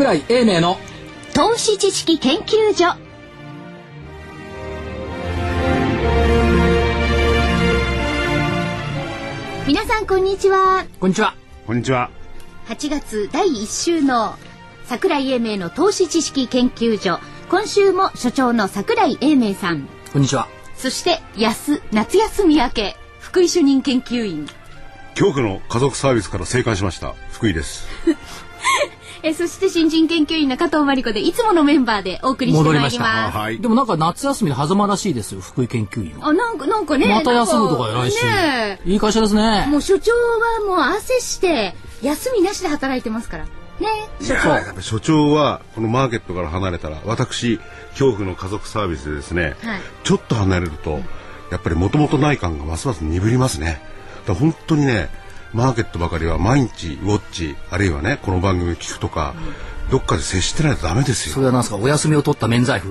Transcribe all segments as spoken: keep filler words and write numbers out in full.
櫻井英明の投資知識研究所。皆さんこんにちは。 こんにちは。 こんにちは。 はちがつだいいっ週の櫻井英明の投資知識研究所、今週も所長の櫻井英明さん、 こんにちは。 そして安夏休み明け福井主任研究員、 恐怖の家族サービスから生還しました福井ですえそして新人研究員の加藤真理子で、いつものメンバーでお送りしてまいります。 はい、 でもなんか夏休みの狭間らしいですよ、福井研究員は。 あ、なんかなんかね、 また休むとか偉いし、ね、いい会社ですね。 もう所長はもう汗して休みなしで働いてますからね。 所長、やっぱ所長はこのマーケットから離れたら、私恐怖の家族サービスでですね、はい、ちょっと離れると、うん、やっぱりもともとない感がますます鈍りますね。だから本当にね、マーケットばかりは毎日ウォッチ、あるいはねこの番組を聞くとか、うん、どっかで接してないとダメですよ。 それはなんですか、お休みを取った免罪符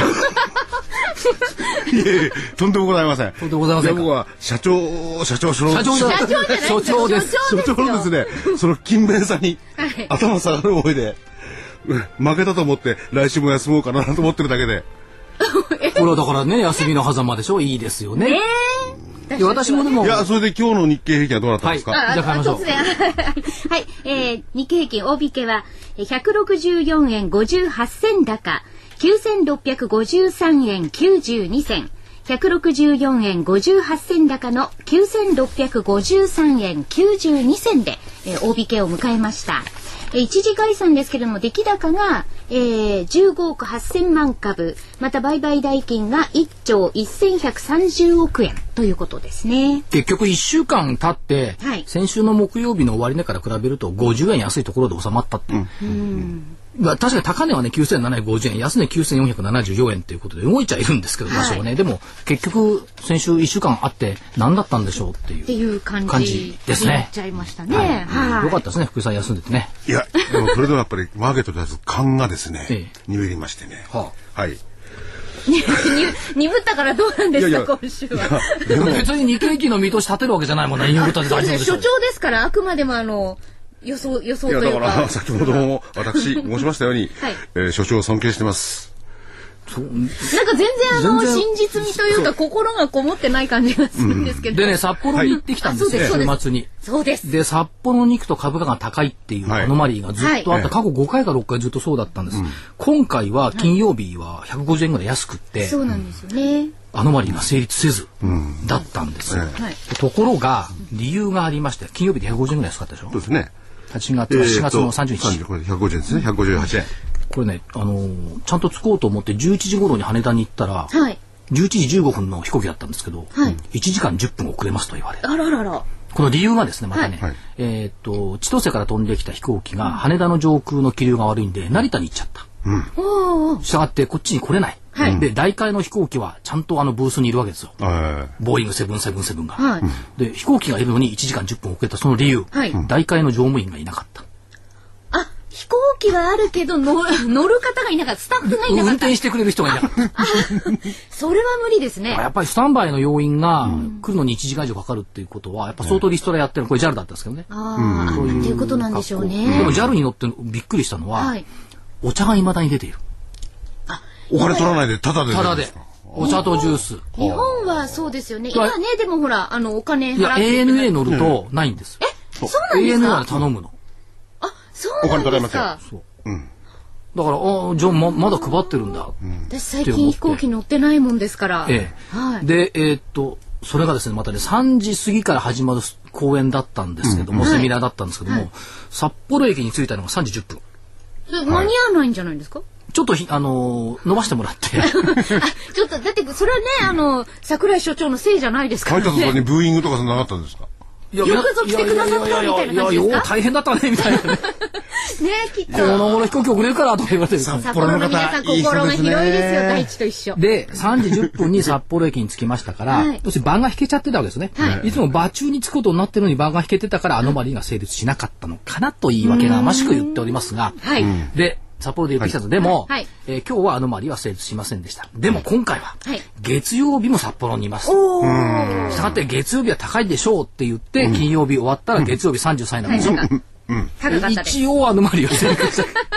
いやいや、とんでもございません。 とんでもございませんか。 僕は社長社長社長社長所長です。 所長のですね、その勤勉さに頭下がる思いで、負けたと思って来週も休もうかなと思ってるだけでこれはだからね、休みの狭間でしょ。いいですよね。いや私もでも、 いや、それで今日の日経平均はどうなったんですか。 はい、じゃあ買いましょう。 はい、えー、日経平均大引けはひゃくろくじゅうよんえんごじゅうはち銭高きゅうせんろっぴゃくごじゅうさんえんきゅうじゅうに銭、ひゃくろくじゅうよんえんごじゅうはち銭高のきゅうせんろっぴゃくごじゅうさんえんきゅうじゅうに銭で、えー、大引けを迎えました。えー、一時概算ですけれども、出来高が、えー、じゅうごおくはっせんまんかぶ、また売買代金がいっちょうせんひゃくさんじゅうおくえんということですね。 結局いっしゅうかん経って、はい、先週の木曜日の終値から比べるとごじゅうえん安いところで収まったっていう、うんうんまあ、確かに高値はねきゅうせんななひゃくごじゅうえん、安値きゅうせんよんひゃくななじゅうよんえんということで動いちゃいるんですけど、多少ね、でも結局先週いっしゅうかんあって何だったんでしょうっていう、 っていう感じ、 感じですね。 なっちゃいましたね。 はいはい、 よかったですね、福井さん休んでてね。 いや、でもそれでもやっぱりマーケットで勘がですね、ええ、鈍りましてね。はあ、はい。 鈍ったからどうなんですか。いやいや今週は。 でも別に日経平均の見通し立てるわけじゃないもんね。鈍ったって大丈夫でしょ。 所長ですから、あくまでもあの予想予想というか。 いやだから先ほども私申しましたように、はい、えー、所長を尊敬してます。 そうなんか全然あの真実味というか心がこもってない感じがするんですけど、 うん、でね、札幌に行ってきたんですよ、はい、週末に。 そうです。 で札幌に行くと株価が高いっていうアノマリーがずっとあった、はい、過去ごかいかろっかいずっとそうだったんです、うん、今回は金曜日はひゃくごじゅうえんぐらい安くって、はい、 そうなんですよね。 アノマリーが成立せずだったんですよ、うんはい、ところが理由がありまして、金曜日でひゃくごじゅうえんぐらい安かったでしょ。 そうですね。 はちがつ、しがつのさんじゅうにち、 これひゃくごじゅうえんですね。ひゃくごじゅうはちえん。 これね、あのー、ちゃんと着こうと思ってじゅういちじ頃に羽田に行ったら、はい、じゅういちじじゅうごふんの飛行機だったんですけど、はい、いちじかんじゅっぷん遅れますと言われる。 あららら。 この理由がですね、またね、はい、えー、っと千歳から飛んできた飛行機が羽田の上空の気流が悪いんで成田に行っちゃった。うん、したがってこっちに来れない。はい、で大海の飛行機はちゃんとあのブースにいるわけですよ。ボーイングセブンセブンセブンが。はい、で飛行機がいるのにいちじかんじゅっぷん遅れたその理由、はい、大海の乗務員がいなかった。 飛行機はあるけど乗る方がいなかった。スタッフがいなかった。 運転してくれる人がいなかったそれは無理ですね。 やっぱりスタンバイの要員が来るのにいちじかん以上かかるっていうことはやっぱ相当リストラやってる。これ ジャル だったんですけどね。 ああ、そういうっていうことなんでしょうね。 でも ジャル に乗ってびっくりしたのは、はい、お茶が未だに出ている。 あ、お金取らないでタダで。 タダでお茶とジュース。 日本はそうですよね。今ね、でもほらあのお金払って。いやエーエヌエー 乗るとないんです。 え、そうなんですか。 エーエヌエー は頼むの。 あ、そうなんですか。 そう。うん、だからあじゃあ ま, まだ配ってるんだ、うん、 私最近飛行機乗ってないもんですから、 ええはい、でえー、っとそれがですねまたねさんじ過ぎから始まる公演だったんですけども、うん、セミナーだったんですけども、はい、札幌駅に着いたのがさんじじゅっぷん。 間に合わないんじゃないですか。 ちょっとあのー、伸ばしてもらってちょっとだってそれはねあの櫻井所長のせいじゃないですからね。 書いたところにブーイングとかそんななかったんですか。 いやよくぞ来てくださったみたいな感じですか。いやいや大変だったねみたいなねねきっとこの頃飛行機遅れるからとか言われてる。 札幌の皆さん心が広いですよ。大地と一緒でさんじじゅっぷんに札幌駅に着きましたから、はい、要するに番が引けちゃってたわけですね、はい、いつも場中に着くことになってるのに番が引けてたからアノマリーが成立しなかったのかなと言い訳がましく言っておりますが、はい、で札幌で行ってきたのでも、はいえー、今日はアノマリーは成立しませんでした。でも今回は、はい、月曜日も札幌にいます。したがって月曜日は高いでしょうって言って、うん、金曜日終わったら月曜日さんじゅうさんえんなんでしょ、うんうん、一応アノマリーは成功した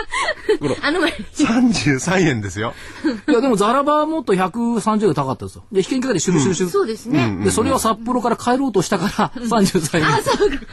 あの前さんじゅうさんえんですよ。 いやでもザラバはもっとひゃくさんじゅうえん高かったですよ。で引きにかけてシュルシュルシュル、うん、 そうですね。 でそれを札幌から帰ろうとしたからさんじゅうさんえん、うん、あそうか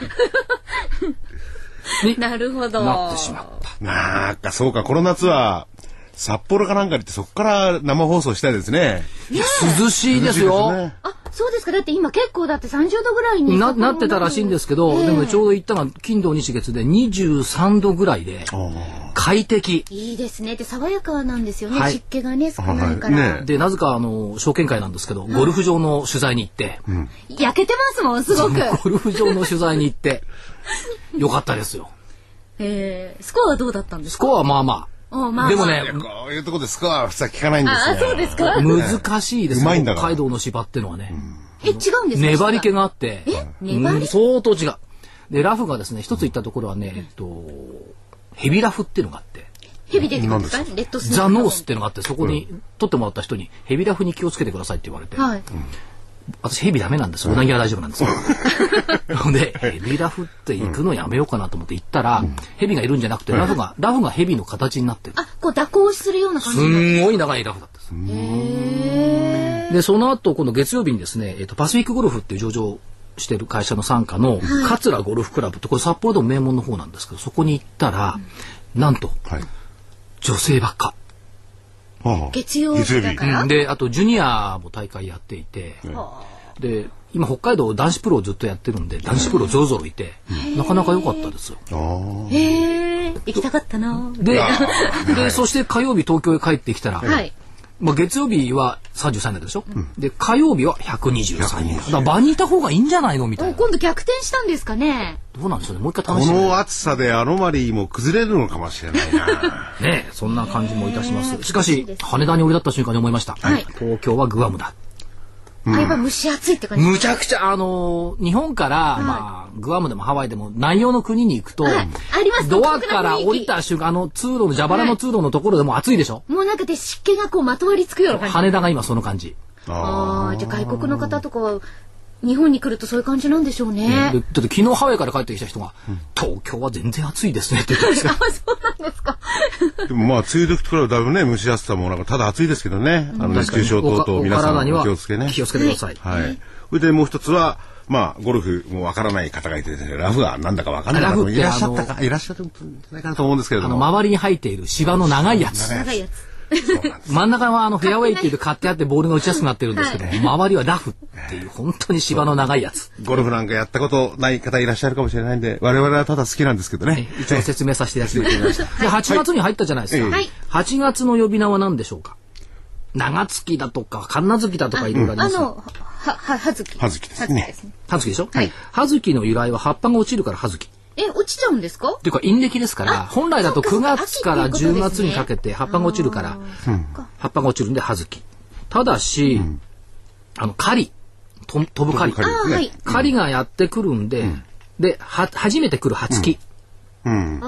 なるほどなってしまった。 なんかそうか、この夏は札幌かなんかに行ってそこから生放送したいですね。 いや涼しいですよ。 ね、あそうですか。だって今結構だってさんじゅうどぐらいにな, なってたらしいんですけど、えー、でもちょうど行ったのは金土日月でにじゅうさんどぐらいで快適。 いいですね。で爽やかなんですよね、はい、湿気がね少ないから、はいね、でなぜかあの証券会なんですけど、ゴルフ場の取材に行って、 うん、焼けてますもんすごく。 ゴルフ場の取材に行ってよかったですよ。 えー、スコアはどうだったんですか？ スコアはまあまあ。 まあ、 でもね、 こういうとこでスコアは普通は聞かないんですよ。 あ、そうですか。 難しいです。 北海道の芝ってのはね。 え、違うんですか？ 粘り気があって。 え、粘り？ 相当違う。で、ラフがですね、一つ行ったところはね、えっと、ヘビラフっていうのがあって。 ヘビ出てくるんですか？レッドスネーク。 ザノースっていうのがあって、そこに取ってもらった人にヘビラフに気をつけてくださいって言われて。はい。私ヘビダメなんです。うなぎは大丈夫なんですよ。でヘビラフって行くのやめようかなと思って行ったら、うん、ヘビがいるんじゃなくてラフが、うん、ラフがヘビの形になってる。 あ、こう蛇行するような感じ。 すんごい長いラフだったんです。へー。でその後今度月曜日にですね、えーと、パシフィックゴルフっていう上場してる会社の傘下の、はい、桂ゴルフクラブってこれ札幌でも名門の方なんですけど、そこに行ったら、うん、なんと、はい、女性ばっか。 月曜日だから、 うん、であとジュニアも大会やっていて、うん、で今北海道男子プロをずっとやってるんで男子プロぞろぞろいて、うん、なかなか良かったですよ。 へえ、行きたかったな。 ででそして火曜日東京へ帰ってきたら、はい、まあ、月曜日はさんじゅうさんえんでしょ、うん、で火曜日はひゃくにじゅうさんえん。だから場にいた方がいいんじゃないのみたいな。 今度逆転したんですかね。 どうなんでしょうね。もう一回試して、 この暑さでアノマリーも崩れるのかもしれないな。 ねえ、そんな感じもいたします。しかし羽田に降り立った瞬間に思いました、はい、東京はグアムだ。 うん、あれは蒸し暑いって感じ。 むちゃくちゃあのー、日本から、はい、まあグアムでもハワイでも南洋の国に行くと、はい、 あります。 ドアから降りた瞬間あの通路の蛇腹の通路のところでも暑いでしょ、 はい、もうなんかで湿気がこうまとわりつくような感じ。 羽田が今その感じ。 ああ、じゃあ外国の方とかは日本に来るとそういう感じなんでしょうね。 うん、だって昨日ハワイから帰ってきた人が、うん、東京は全然暑いですねって言ってました。 あ、そうなんですか。 でもまあ梅雨時と比べだいぶね蒸し暑さもなんかただ暑いですけどね、うん、あの熱中症等々皆さんお気をつけね。 気をつけてください。 はい。はい、それでもう一つはまあゴルフもわからない方がいてですね、ラフはなんだかわからない方もいらっしゃったかいらっしゃったんじゃないかなと思うんですけれども、 あの周りに生えている芝の長いやつ。 長いやつ。 真ん中はあのフェアウェイっていう買ってあってボールが打ちやすくなってるんですけど、はい、周りはラフっていう本当に芝の長いやつ。 ゴルフなんかやったことない方いらっしゃるかもしれないんで、我々はただ好きなんですけどね。 一応説明させていただきました。ではちがつに入ったじゃないですか。はい、はちがつの呼び名は何でしょうか。長月だとか神奈月だとかいろいろあります。 あのはははずき。 はずきですね。 はずきでしょ。はい。はずきの由来は葉っぱが落ちるからはずき。 え、落ちちゃうんですか？ っていうか陰暦ですから、本来だとくがつからじゅうがつにかけて葉っぱが落ちるから、葉っぱが落ちるんで葉月。ただし、うん、あの狩りと飛ぶ狩り、 はい、 狩りがやってくるんで、うん、では初めて来る初月、 うんうん、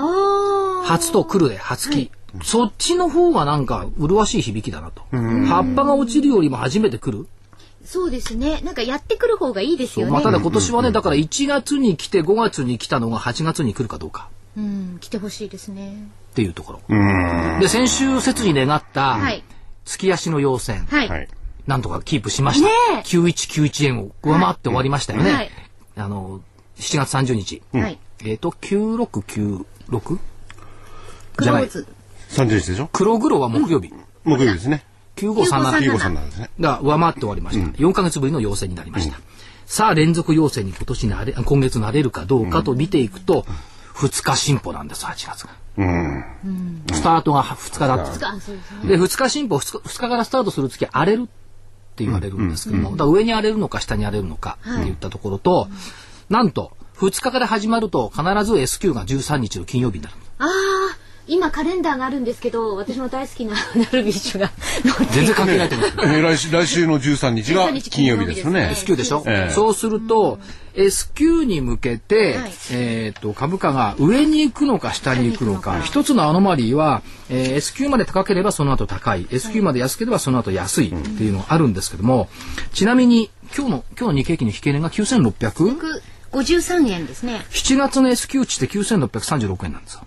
初と来るで初月、うん、そっちの方がなんか麗しい響きだなと。葉っぱが落ちるよりも初めて来る。 そうですね。なんかやってくる方がいいですよね。 まあ、ただ今年はね、だからいちがつに来てごがつに来たのがはちがつに来るかどうか。 うん、来てほしいですね。 っていうところ。で、先週切に願った月足の陽線、はい、なんとかキープしました。ね、きゅういちきゅういちえんを上回って終わりましたよね。はい、あのしちがつさんじゅうにち。はい、えっときゅうろくきゅうろくじゃない。 さんじゅうにちでしょ。 黒黒は木曜日。 木曜日ですね。 きゅうごさんななきゅうごさんななですね。 が上回って終わりました。うん、よんかげつぶりの陽線になりました。うん、さあ連続陽線に今年なれ今月なれるかどうかと見ていくと、うん、ふつか進歩なんですはちがつが。うん、スタートがふつかだった。でふつか進歩ふつか、ふつかからスタートする月荒れるって言われるんですけども、うん、だから上に荒れるのか下に荒れるのかって言ったところと、はい、なんとふつかから始まると必ず エスキュー がじゅうさんにちの金曜日になる。 ああ。今カレンダーがあるんですけど、私も大好きなダルビッシュが全然関係ないと思う。 えー、来週来週のじゅうさんにちが金曜日ですよね。 エスキュー でしょ。えー、そうすると、うん、エスキュー に向けて、はい、えっと株価が上に行くのか下に行くのか。一つのアノマリーは、えー、エスキュー まで高ければその後高い、エスキュー まで安ければその後安いっていうのがあるんですけども、うん、ちなみに今日の今日の日経平均の引け値がきゅうせんろっぴゃくごじゅうさんえんですね。 しちがつの エスキュー 値ってきゅうせんろっぴゃくさんじゅうろくえんなんですよ。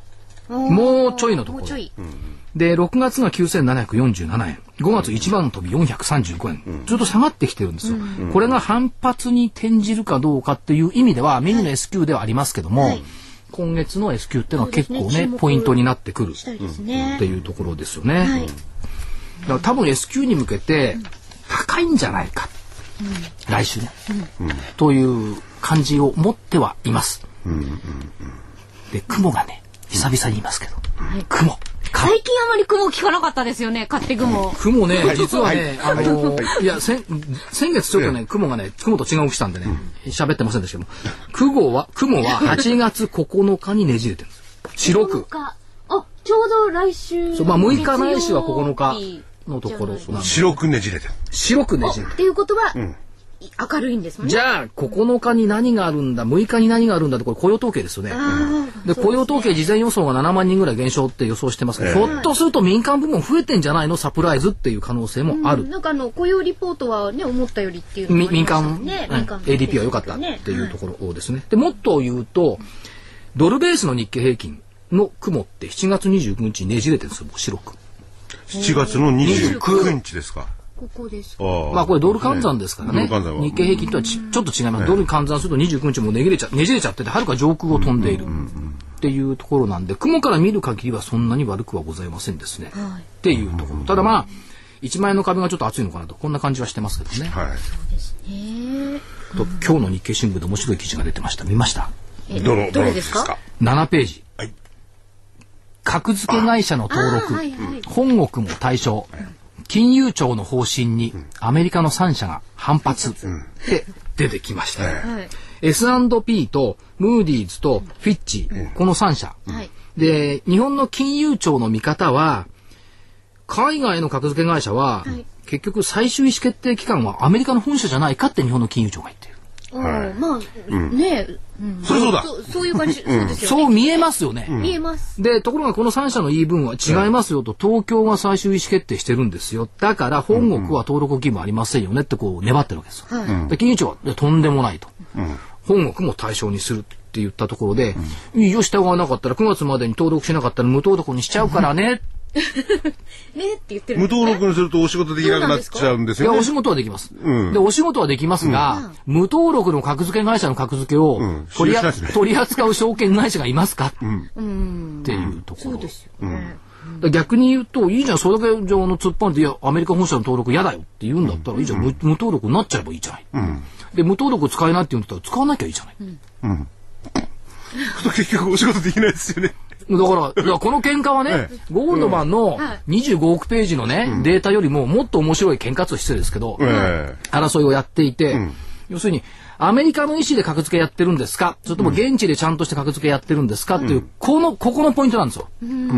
もうちょいのところで、ろくがつがきゅうせんななひゃくよんじゅうななえん、ごがついちばん飛びよんひゃくさんじゅうごえん、うん、ずっと下がってきてるんですよ、うん、これが反発に転じるかどうかっていう意味ではミニの S q ではありますけども、はい、今月の S q っていうのは結構 ね, ねポイントになってくるっていうところですよね、はい、だから多分 S q に向けて高いんじゃないか、うん、来週ね、うん、という感じを持ってはいます、うんうんうん、で雲がね久々に言いますけど、はい、雲最近あまり雲聞かなかったですよね、勝手雲。 雲ね、実はね、はい、あのー、いや、先、先月ちょっとね、雲がね、雲と違う起きたんでね、喋、うん、ってませんでしたけども、雲は、雲ははちがつここのかにねじれてるんです。白く。 あ、ちょうど来週。 そう、まあむいかないしはここのかのところ。 白くねじれてる。 白くねじれてる。 っていうことは、うん明るいんですもんね。 じゃあここのかに何があるんだ、むいかに何があるんだってこれ雇用統計ですよね。で雇用統計事前予想がななまんにんぐらい減少って予想してますけど、えー、ひょっとすると民間部門増えてんじゃないのサプライズっていう可能性もある。 うん、なんかあの雇用リポートはね思ったよりっていうのもありましたね。民間、ね、民間 エーディーピー は良かったっていうところですね。でもっと言うとドルベースの日経平均の雲ってしちがつにじゅうくにちにねじれてるんですよ、白く。 しちがつのにじゅうくにちですか。 ここですあまあこれドル換算ですからね。日経平均とはち、ちょっと違います。ドルに換算するとにじゅうくにちもねじれちゃねじれちゃっててはるか上空を飛んでいるっていうところなんで、雲から見る限りはそんなに悪くはございませんですね。はい、っていうところ。ただまあいちまんえんの株がちょっと熱いのかなとこんな感じはしてますけどね。はい。そうですね。と今日の日経新聞で面白い記事が出てました。見ました？ えどのどれですか？ ななページ。はい、格付け会社の登録、はいはい、本国も対象。金融庁の方針にアメリカのさんしゃが反発って出てきました、はい、エスアンドピー とムーディーズとフィッチ、うん、このさんしゃ、はい、で日本の金融庁の見方は海外の格付け会社は、はい、結局最終意思決定機関はアメリカの本社じゃないかって日本の金融庁が言っている。 はい、まあ、うん、ねえ、 うん、それそうだそ。そういう感じ、そうですよね。 そう見えますよね。 見えます。 で、ところがこのさん社の言い分は違いますよと、東京が最終意思決定してるんですよ。だから本国は登録義務ありませんよねってこう粘ってるわけですよ。はい、で金融庁はとんでもないと、うん。本国も対象にするって言ったところで、うん、いいよ従わなかったらくがつまでに登録しなかったら無登録にしちゃうからね。 ねって言ってる、 ね、無登録にするとお仕事できなくなっちゃうんですよね。 いやお仕事はできます、うん、でお仕事はできますが、うん、無登録の格付け会社の格付けを取り、うんね、取り扱う証券会社がいますか、うん、っていうところ、うん、そうですよね、うん、逆に言うといいじゃんそれだけ上の突っ張りでいやアメリカ本社の登録嫌だよって言うんだったら、うん、いいじゃん 無, 無登録になっちゃえばいいじゃない、うん、で無登録使えないって言うんだったら使わなきゃいいじゃない、うんうん、 結局お仕事できないですよね。 だから、いやこの喧嘩はね、ええ、ゴールドマンのにじゅうごおくページのね、うん、データよりももっと面白い喧嘩と失礼ですけど、ええ、争いをやっていて、うん、要するにアメリカの意思で格付けやってるんですかそれとも現地でちゃんとして格付けやってるんですかっていう、うん、このここのポイントなんですよ。うんうん、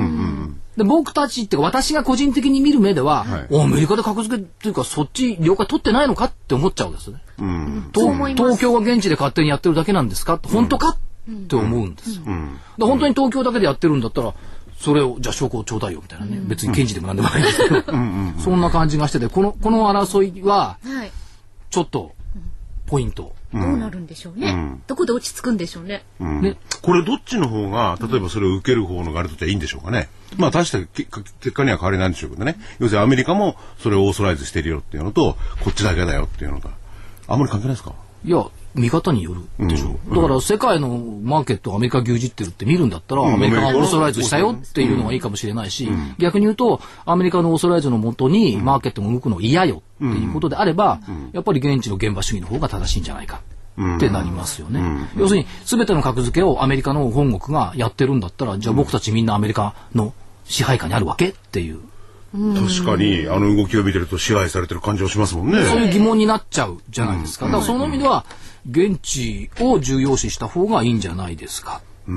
で僕たちって私が個人的に見る目では、はい、アメリカで格付けっていうかそっち了解取ってないのかって思っちゃうんですよね。うん、東京が現地で勝手にやってるだけなんですか本当かって思うんですよ、うんうん、で本当に東京だけでやってるんだったらそれをじゃあ証拠をちょうだいよみたいなね、うん、別に検事でもなんでもないんですけどそんな感じがしててこのこの争いはちょっとポイント、 うん、どうなるんでしょうね、うん、どこで落ち着くんでしょうね、 うん、ねこれどっちの方が例えばそれを受ける方の側にとってはいいんでしょうかね。まあ大した結果には変わりないんでしょうけどね。要するにアメリカもそれをオーソライズしてるよっていうのとこっちだけだよっていうのがあんまり関係ないですか。 いや見方によるでしょ、うん、だから世界のマーケットをアメリカ牛耳ってるって見るんだったら、うん、アメリカがオーソライズしたよっていうのがいいかもしれないし、うん、逆に言うとアメリカのオーソライズのもとにマーケットが動くの嫌よっていうことであれば、うん、やっぱり現地の現場主義の方が正しいんじゃないかってなりますよね、うん、要するに全ての格付けをアメリカの本国がやってるんだったらじゃあ僕たちみんなアメリカの支配下にあるわけっていう確かにあの動きを見てると支配されてる感じはしますもんね。 そういう疑問になっちゃうじゃないですか、うん、だからその意味では現地を重要視した方がいいんじゃないですか、うん、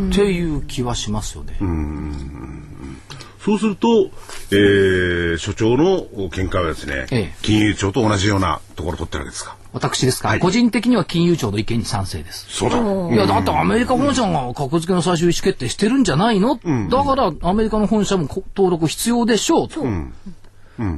っていう気はしますよね。うんそうすると、えー、所長の見解はですね、ええ、金融庁と同じようなところを取ってるわけですか。 私ですか、はい、個人的には金融庁の意見に賛成です。 そうだ。 いやだってアメリカ本社が格付けの最終意思決定してるんじゃないの、うん、だからアメリカの本社も登録必要でしょうと、うんうん、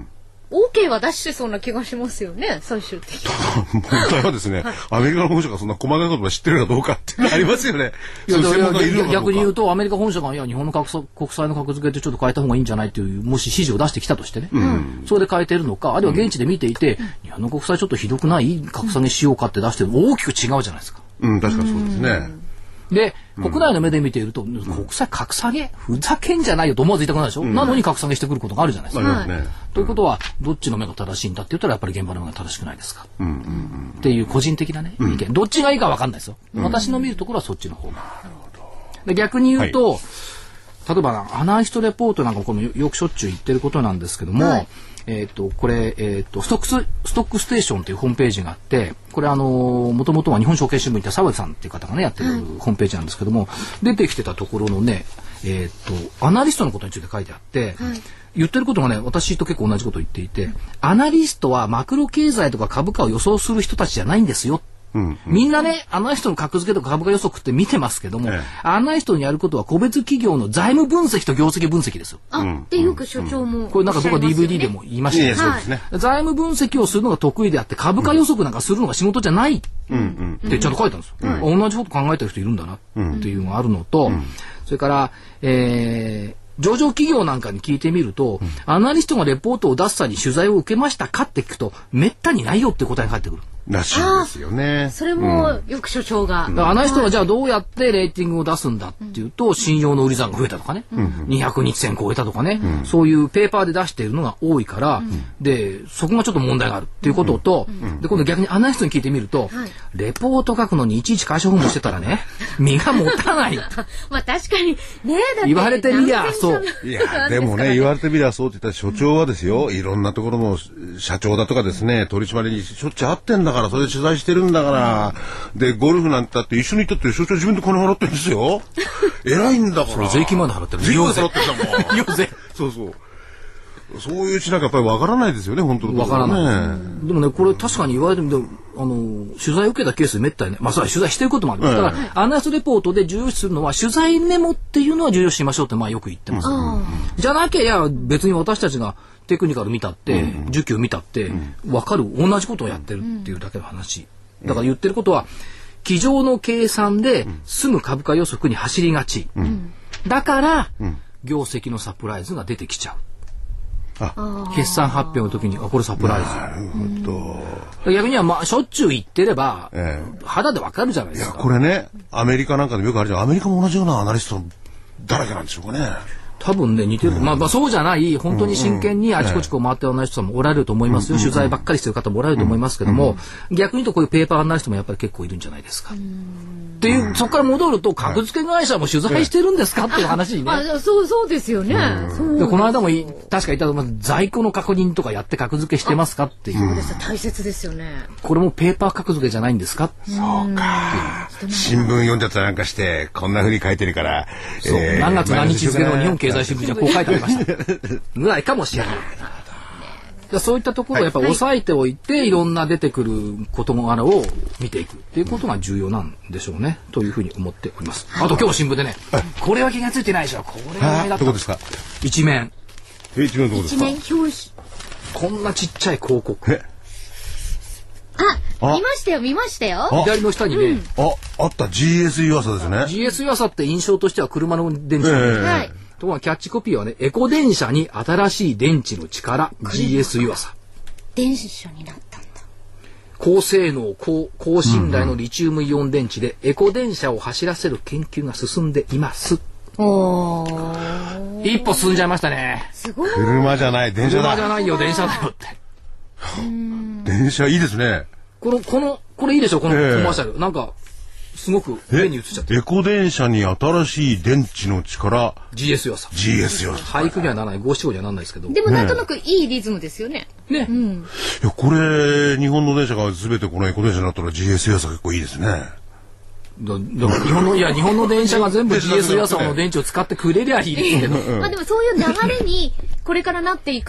オーケー は出してそうな気がしますよね、最終的に。 問題はですね、アメリカの本社がそんな細かいことを知ってるかどうかってありますよね。 いや逆に言うとアメリカ本社がいや日本の国債の格付けってちょっと変えた方がいいんじゃないっていうもし指示を出してきたとしてね、うん、それで変えてるのか、あるいは現地で見ていて、うん、日本の国債ちょっとひどくない格下げしようかって出してる大きく違うじゃないですか。 うん、確かにそうですね。 で、国内の目で見ていると、うん、国債格下げふざけんじゃないよと思わず言いたくないでしょ、うん、なのに格下げしてくることがあるじゃないですか、はい、ということはどっちの目が正しいんだって言ったらやっぱり現場の目が正しくないですか、うんうんうん、っていう個人的なね意見、うん、どっちがいいか分かんないですよ、うん、私の見るところはそっちの方が、で逆に言うと、はい、例えばアナリストレポートなんかもこのよくしょっちゅう言ってることなんですけども、はい、えっとこれ、えっとストックスストックステーションというホームページがあって、これあのもともとは日本証券新聞って沢木さんっていう方がねやってるホームページなんですけども、出てきてたところのね、えっとアナリストのことについて書いてあって、はい、言ってることがね私と結構同じことを言っていて、アナリストはマクロ経済とか株価を予想する人たちじゃないんですよ。うんうん、みんなねアナリストの格付けとか株価予測って見てますけども、ええ、アナリストにやることは個別企業の財務分析と業績分析ですよ。 あ、うん、ってよく所長も、うん、 これなんかどこか ディーブイディー でも言いましたね、 はい、ね、 財務分析をするのが得意であって株価予測なんかするのが仕事じゃないってちゃんと書いたんですよ、うん、同じこと考えてる人いるんだなっていうのがあるのと、うん、それから、えー上場企業なんかに聞いてみると、うん、アナリストがレポートを出す際に取材を受けましたかって聞くとめったにないよって答えが返ってくるらしいですよね。 それもよく所長が、 うん、アナリストがじゃあどうやってレーティングを出すんだっていうと、うん、信用の売り算が増えたとかね、うん、にひゃくにち線超えたとかね、うん、そういうペーパーで出しているのが多いから、うん、でそこがちょっと問題があるっていうことと、うん、で今度逆にアナリストに聞いてみると、うん、レポート書くのにいちいち会社訪問してたらね身が持たないまあ確かにね、だって言われてみりゃそういやでもね言われてみりゃそうって言ったら所長はですよ、いろんなところの社長だとかですね取締りにしょっちゅう会ってんだから、それで取材してるんだから、うん、でゴルフなんてだって一緒に行ったって所長自分で金払ってるんですよ偉いんだから。 税金まで払ってる。 税金まで払ってるんだもん税そうそうそういうしなきゃやっぱりわからないですよね、本当に。 わからない、ね。でもね、これ確かに言われてみて、あの取材を受けたケースでめったにね、まあそれは取材してることもある。だから、ええ、アナリストレポートで重要視するのは取材メモっていうのは重要視しましょうってまあよく言ってます、ね。うん、じゃなきゃいや別に私たちがテクニカル見たって、うん、需給見たってわかる、同じことをやってるっていうだけの話。だから言ってることは机上の計算で済む株価予測に走りがち。うん、だから、うん、業績のサプライズが出てきちゃう。あ決算発表の時にあこれサプライズ。 なるほど。 逆にはまあしょっちゅう言ってれば、ええ、肌でわかるじゃないですか。 いやこれねアメリカなんかでもよくあるじゃん。アメリカも同じようなアナリストだらけなんでしょうかね。 多分ね似てる、うん、まあ、まあそうじゃない本当に真剣にあちこちこう回ってるアナリストもおられると思いますよ、うん、取材ばっかりしてる方もおられると思いますけども、うん、逆に言うとこういうペーパーアナリストもやっぱり結構いるんじゃないですか、うん、っていうそこから戻ると格付け会社も取材してるんですかっていう話にね、 あそうそうですよね、うん、 でこの間も確か言ったと思います。在庫の確認とかやって格付けしてますかっていう。 そうです大切ですよね。 これもペーパー格付けじゃないんですか。 そうか新聞読んじゃったなんかしてこんな風に書いてるから、 そう、えー、何月何日付の日本経済新聞じゃこう書いてありましたぐらいかもしれない。そういったところをやっぱり抑えておいて、はい、いろんな出てくる事柄を見ていくっていうことが重要なんでしょうね、というふうに思っております。あと今日新聞でね、はい、これは気がついてないでしょ。これは目立った。 どこですか。 一面。 え一面どこですか。 一面表紙。こんなちっちゃい広告。えあ、見ましたよ見ましたよ。 左の下にね、うん、 ああった ジーエス 湯浅ですね。 ジーエス 湯浅って印象としては車の電池、えー、はい。ところがキャッチコピーはね、エコ電車に新しい電池の力 ジーエス 湯浅。 電車になったんだ。 高性能 高, 高信頼のリチウムイオン電池でエコ電車を走らせる研究が進んでいます。おー一歩進んじゃいましたね。 すごい。 車じゃない電車だ。 車じゃないよ電車だよって。 電車いいですね。 このこのこれいいでしょこのコマーシャル、えー、なんかすごく目に映っちゃってエコ電車に新しい電池の力ジーエス よさジーエス よさ俳句にはならない五七五にはならないですけど、 でもなんとなくいいリズムですよね。 ね、うん、 いやこれ日本の電車が全てこのエコ電車になったら ジーエス よさ結構いいですね。だでも日本のいや日本の電車が全部 ジーエス よさの電池を使ってくれりゃいいですけどまあでもそういう流れにこれからなっていくって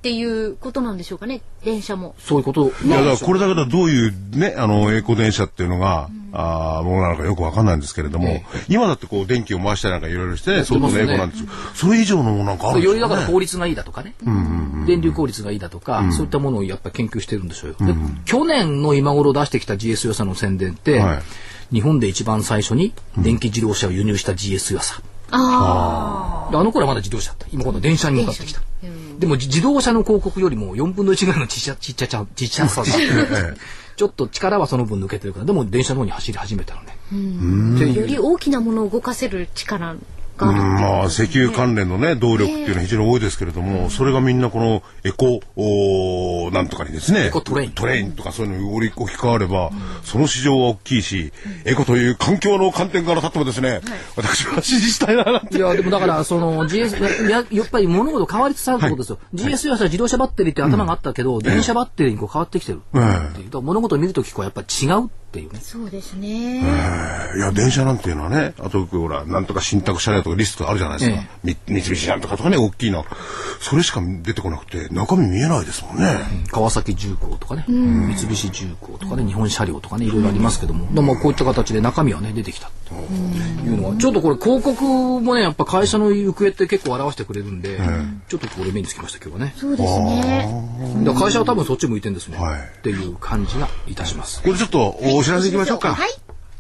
っていうことなんでしょうかね、電車も。 そういうこと。 いや、だからこれだけだどういうね、あの、エコ電車っていうのが、うん、あものなのかよくわかんないんですけれども、ええ、今だってこう、電気を回したりなんかいろいろして、外のエコなんですよ。それ以上のものなんかあるんですよね。 よりだから効率がいいだとかね。うんうんうん、電流効率がいいだとか、うん、そういったものをやっぱり研究してるんでしょうよ。うん、で去年の今頃出してきた ジーエス 予算の宣伝って、はい、日本で一番最初に電気自動車を輸入した ジーエス 予算。うん、ああの頃はまだ自動車だった。今今度電車に向かってきた。うん、でも自動車の広告よりもよんぶんのいちぐらいのちっちゃちっちゃちゃちっちゃさだちょっと力はその分抜けてるから、でも電車の方に走り始めたのね。 うんより大きなものを動かせる力がある、 うんまあ、石油関連のね動力っていうのは非常に多いですけれども、えー、それがみんなこのエコおなんとかにですね、 エコトレイントレインとかそういうのに置き換われば、うん、その市場は大きいし、うん、エコという環境の観点から立ってもですね、はい、私は支持したいななんて。 いやでもだからその ジーエス や, やっぱり物事変わりつつあるってことですよ、はい、ジーエス は自動車バッテリーって頭があったけど、うん、電車バッテリーにこう変わってきてるっていう、えー、物事を見るときこうやっぱり違うっていうね。 そうですね、 えー、いや電車なんていうのはね、あとほらなんとか信託車両とかリストあるじゃないですか、えー、三菱なんとかとかね大きいのそれしか出てこなくて中身見えないですもんね、 うん、川崎重工とかね、うん、三菱重工とかね、日本車両とかねいろいろありますけども、でもこういった形で中身はね出てきたっていうのは、ちょっとこれ広告もねやっぱ会社の行方って結構表してくれるんで、うん、ちょっとこれ目につきました今日はね。 そうですね。 だから会社は多分そっち向いてるんですね、はい、っていう感じがいたします。 これちょっとお知らせいきましょうか。はい。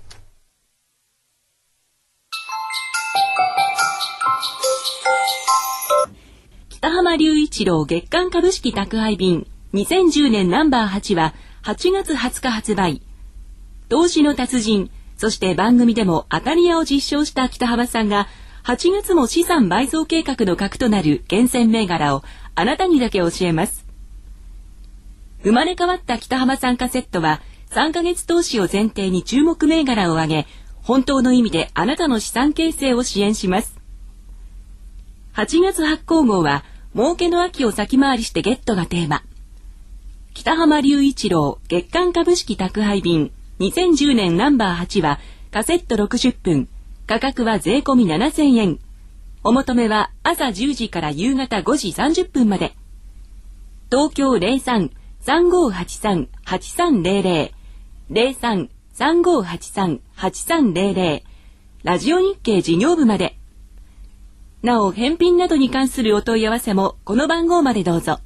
北浜隆一郎月間株式宅配便にせんじゅうねんナンバーはちははちがつはつか発売。投資の達人、そして番組でも当たり屋を実証した北浜さんがはちがつも資産倍増計画の核となる厳選銘柄をあなたにだけ教えます。生まれ変わった北浜参加セットはさんかげつ投資を前提に注目銘柄を挙げ、本当の意味であなたの資産形成を支援します。はちがつ発行号は儲けの秋を先回りしてゲットがテーマ。北浜隆一郎月間株式宅配便にせんじゅうねんナンバーはちはカセットろくじゅっぷん、価格は税込みななせんえん。お求めは朝じゅうじから夕方ごじさんじゅっぷんまで。東京 ゼロさん さんごはちさん はちさんゼロゼロ ゼロさん さんごはちさん はちさんゼロゼロ ラジオ日経事業部まで。なお返品などに関するお問い合わせもこの番号までどうぞ。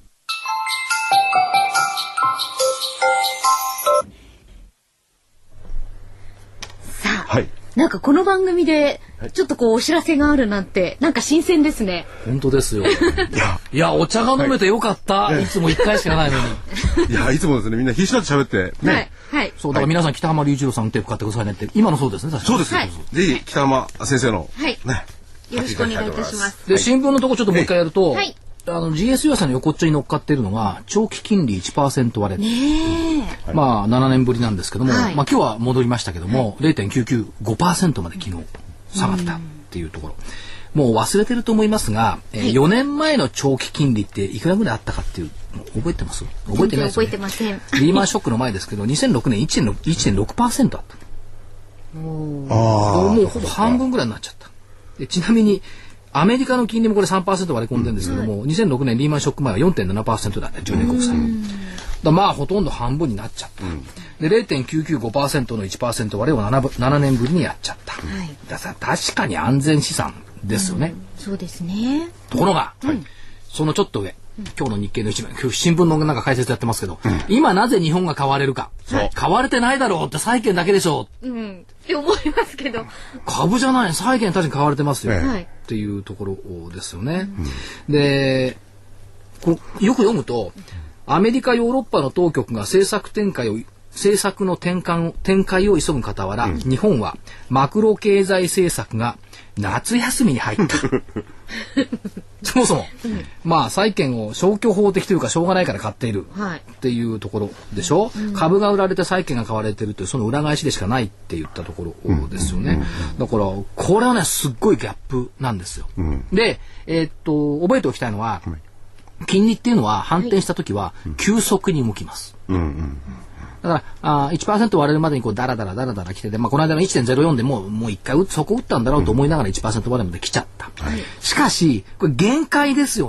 さあ、はい、なんかこの番組でちょっとこうお知らせがあるなんてなんか新鮮ですね。 本当ですよ。いや、いやお茶が飲めてよかった。はい、いつもいっかいしかないのに。 いやいつもですねみんな必死だって喋ってね。 はい。はい、そうだから皆さん北浜隆一郎さんの手を買ってくださいねって今のそうですね。 そうです。はい、ぜひ北浜先生のはいね。よろしくお願いいたします。 で新聞のとこちょっともう一回やると。はい。あの ジーエス 予算の横っちょに乗っかっているのが長期金利 いちパーセント 割れ、ね、まあななねんぶりなんですけども、はい、まあ今日は戻りましたけども、はい、ゼロてんきゅうきゅうごパーセント まで昨日下がったっていうところ、もう忘れてると思いますが、はい、えー、よねんまえの長期金利っていくらぐらいあったかっていうの覚えてます？覚えてないですよね。 覚えてません。 リーマンショックの前ですけどにせんろくねん いちてんろくパーセント あった。おあもうほぼ半分ぐらいになっちゃった。でちなみにアメリカの金利もこれ さんパーセント 割れ込んでるんですけども、うん、にせんろくねんリーマンショック前は よんてんななパーセント だったじゅうねん国債。だまあほとんど半分になっちゃった。うん、で ゼロてんきゅうきゅうごパーセント の いちパーセント 割れを 7, ななねんぶりにやっちゃった。はい、だから確かに安全資産ですよね。 うん、そうですね。 ところが、はい、そのちょっと上、今日の日経の一面、今日新聞のなんか解説やってますけど、うん、今なぜ日本が買われるか。買われてないだろうって債券だけでしょう。 うんって思いますけど株じゃない債券確かに買われてますよ、はい、っていうところですよね、うん、でこよく読むとアメリカヨーロッパの当局が政策展開を政策の転換展開を急ぐ傍ら、うん、日本はマクロ経済政策が夏休みに入ったそもそも、うん、まあ債券を消去法的というかしょうがないから買っているっていうところでしょ、うん、株が売られて債券が買われてるというその裏返しでしかないって言ったところですよね、うん、だからこれはねすっごいギャップなんですよ、うん、で、えー、っと覚えておきたいのは、うん、金利っていうのは反転した時は急速に動きます、うんうんうん、だからあ いちパーセント 割れるまでにこうダラダラダラダラ来てて、まあ、この間の いちてんゼロよん でもうもう一回そこ打ったんだろうと思いながら いちパーセント 割れまで来ちゃった、はい、しかしこれ限界ですよね。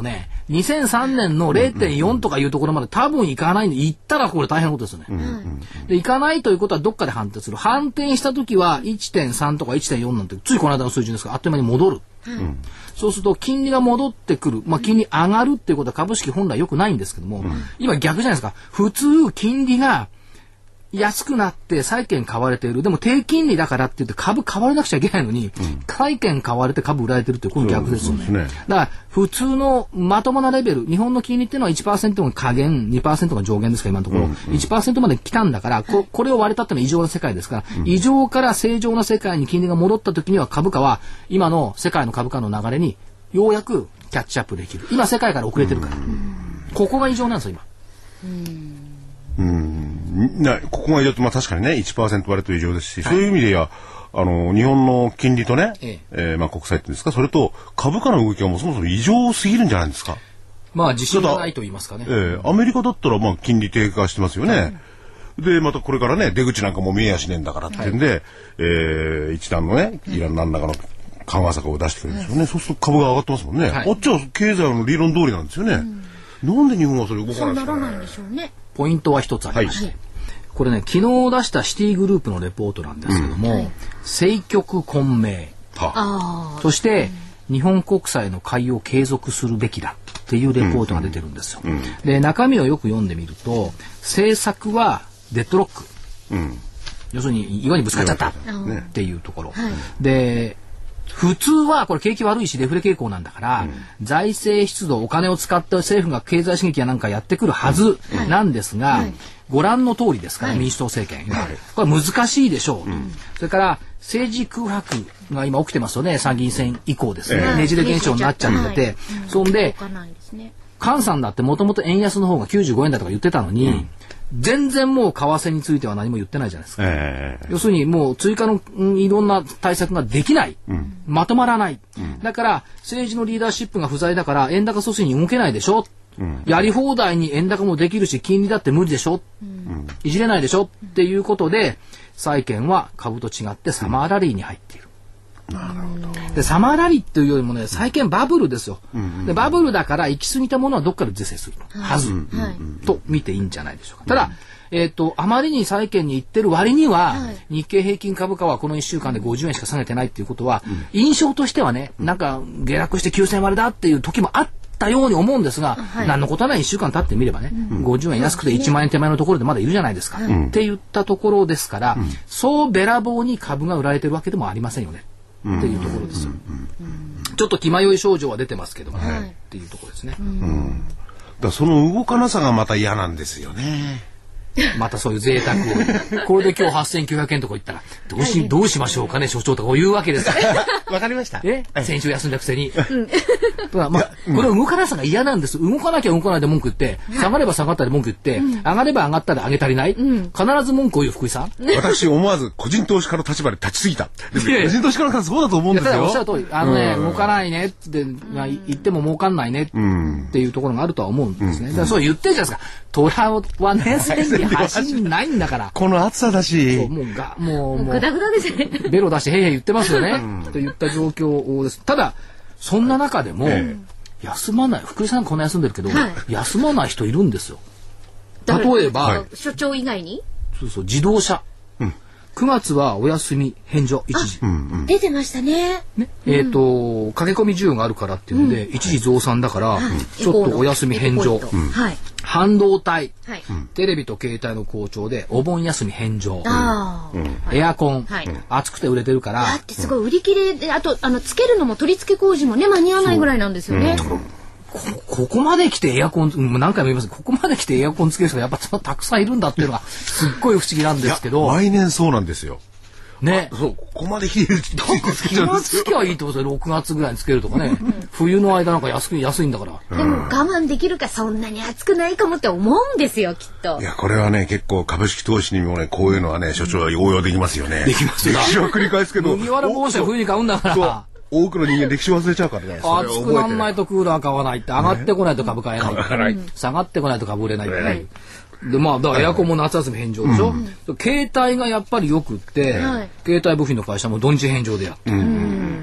にせんさんねんの れいてんよん とかいうところまで多分いかないんで、行ったらこれ大変なことですよね。うんうん、で、行かないということはどっかで反転する。反転した時は いってんさん とか いってんよん なんて、ついこの間の水準ですから、あっという間に戻る。うん、そうすると金利が戻ってくる、まあ、金利上がるっていうことは株式本来良くないんですけども、うん、今逆じゃないですか。普通金利が安くなって債券買われている。でも低金利だからって言って株買われなくちゃいけないのに、うん、債券買われて株売られてるってこの逆ですよね。ねだから普通のまともなレベル、日本の金利っていうのは いちパーセント が下限、にパーセント が上限ですから今のところ、うんうん、いちパーセント まで来たんだから、こ, これを割れたってのは異常な世界ですから、うん、異常から正常な世界に金利が戻った時には株価は今の世界の株価の流れにようやくキャッチアップできる。今世界から遅れてるから、うん、ここが異常なんですよ今。うんうんなここが異常って、まあ、確かにね いちパーセント 割れと異常ですし、はい、そういう意味ではあの日本の金利とね、えええーまあ、国債っていうんですか、それと株価の動きがもうそもそも異常すぎるんじゃないですか。 まあ自信がないと言いますかね。 えー、アメリカだったらまあ金利低下してますよね、うん、でまたこれからね出口なんかも見えやしねえんだからっていうんで、はいえー、一段のねいらん何らかの緩和策を出してくるんですよね、はい、そうすると株が上がってますもんね、はい、あっちは経済の理論通りなんですよね、うん、なんで日本はそれ動かないんですかね。 そうならないんでしょうね。 ポイントは一つありまして、はい、これね昨日出したシティグループのレポートなんですけども、うんはい、政局混迷そして日本国債の買いを継続するべきだっていうレポートが出てるんですよ、うんうん、で中身をよく読んでみると政策はデッドロック、うん、要するに岩にぶつかっちゃったっていうところ、はい、で普通はこれ景気悪いしデフレ傾向なんだから、うん、財政出動お金を使って政府が経済刺激やなんかやってくるはずなんですが、はいはい、ご覧の通りですから、はい、民主党政権、はい、これ難しいでしょう、うん、それから政治空白が今起きてますよね。参議院選以降ですね、えー、ねじれ現象になっちゃってて、はい、そんで菅さんだってもともと円安の方がきゅうじゅうごえんだとか言ってたのに、うん全然もう為替については何も言ってないじゃないですか、えー、要するにもう追加の、うん、いろんな対策ができない、うん、まとまらない、うん、だから政治のリーダーシップが不在だから円高阻止に動けないでしょ、うん、やり放題に円高もできるし金利だって無理でしょ、うん、いじれないでしょっていうことで債券は株と違ってサマーラリーに入っている、なるほど。でサマーラリーっていうよりもね債券バブルですよ、うんうんうん、でバブルだから行き過ぎたものはどっかで是正するはず、うんうん、と見ていいんじゃないでしょうか。ただ、えー、とあまりに債券に行ってる割には、はい、日経平均株価はこのいっしゅうかんでごじゅうえんしか下げてないっていうことは、うん、印象としてはねなんか下落してきゅうせんえん割れだっていう時もあったように思うんですが、はい、何のことはないいっしゅうかん経ってみればね、うん、ごじゅうえん安くていちまんえん手前のところでまだいるじゃないですか、うん、って言ったところですから、うん、そうべらぼうに株が売られてるわけでもありませんよねっていうところですよ、うんうん、ちょっと気迷い症状は出てますけども、はい、っていうところですね、うんうん、 だその動かなさがまた嫌なんですよね。 またそういう贅沢をこれで今日はっせんきゅうひゃくえんとか言ったらどうし、はい、どうしましょうかね所長とか言うわけですわかりました。 え、はい、先週休んだくせに、うん、まあ、これ動かなさが嫌なんです。動かなきゃ動かないで文句言って下がれば下がったで文句言って、うん、上がれば上がったで上げ足りない、うん、必ず文句を言う福井さん。 私思わず個人投資家の立場で立ちすぎた個人投資家の方そうだと思うんですよ。 おっしゃる通りあのね、うん、動かないねって、まあ、言っても儲かんないねっていうところがあるとは思うんですね、うん、だからそう言ってるじゃないですか。虎はね線に走んないんだからこの暑さだしそうもうがもうグダグダですね。 ベロ出してへいへい言ってますよね、うん、といった状況です。ただそんな中でも、ええ、休まない福井さんこんな休んでるけど、はい、休まない人いるんですよ。例えば、はい、 所長以外にそうそう自動車、うん、くがつはお休み返上一時、 うんうん、出てましたね。 ねえーと、駆け込み需要があるからっていうので、うん、一時増産だから、はい、ちょっとお休み返上、うんはい、半導体、はい、テレビと携帯の好調でお盆休み返上、うん、エアコン、はい、暑くて売れてるからだってすごい売り切れであとあのつけるのも取り付け工事もね間に合わないぐらいなんですよね。 こ, ここまで来てエアコン何回も言いますここまで来てエアコンつける人がやっぱたくさんいるんだっていうのがすっごい不思議なんですけど来年そうなんですよね。 そうここまで来てるって言ってつけばいいってことでろくがつぐらいにつけるとかね、うん、冬の間なんか安く安いんだから、 うん、でも我慢できるかそんなに暑くないかもって思うんですよきっと。 いやこれはね結構株式投資にもねこういうのはね所長は応用できますよね。 できますよ。 歴史は繰り返すけど麦わら帽子は冬に買うんだから多くの人間歴史忘れちゃうからね。 暑くなんないとクーラー買わないって上がってこないと株買えない、ね、下がってこないと株売れないってね。でまあだからエアコンも夏休み返上でしょ、うん、携帯がやっぱりよくって、はい、携帯部品の会社も土日返上でやってる、うん、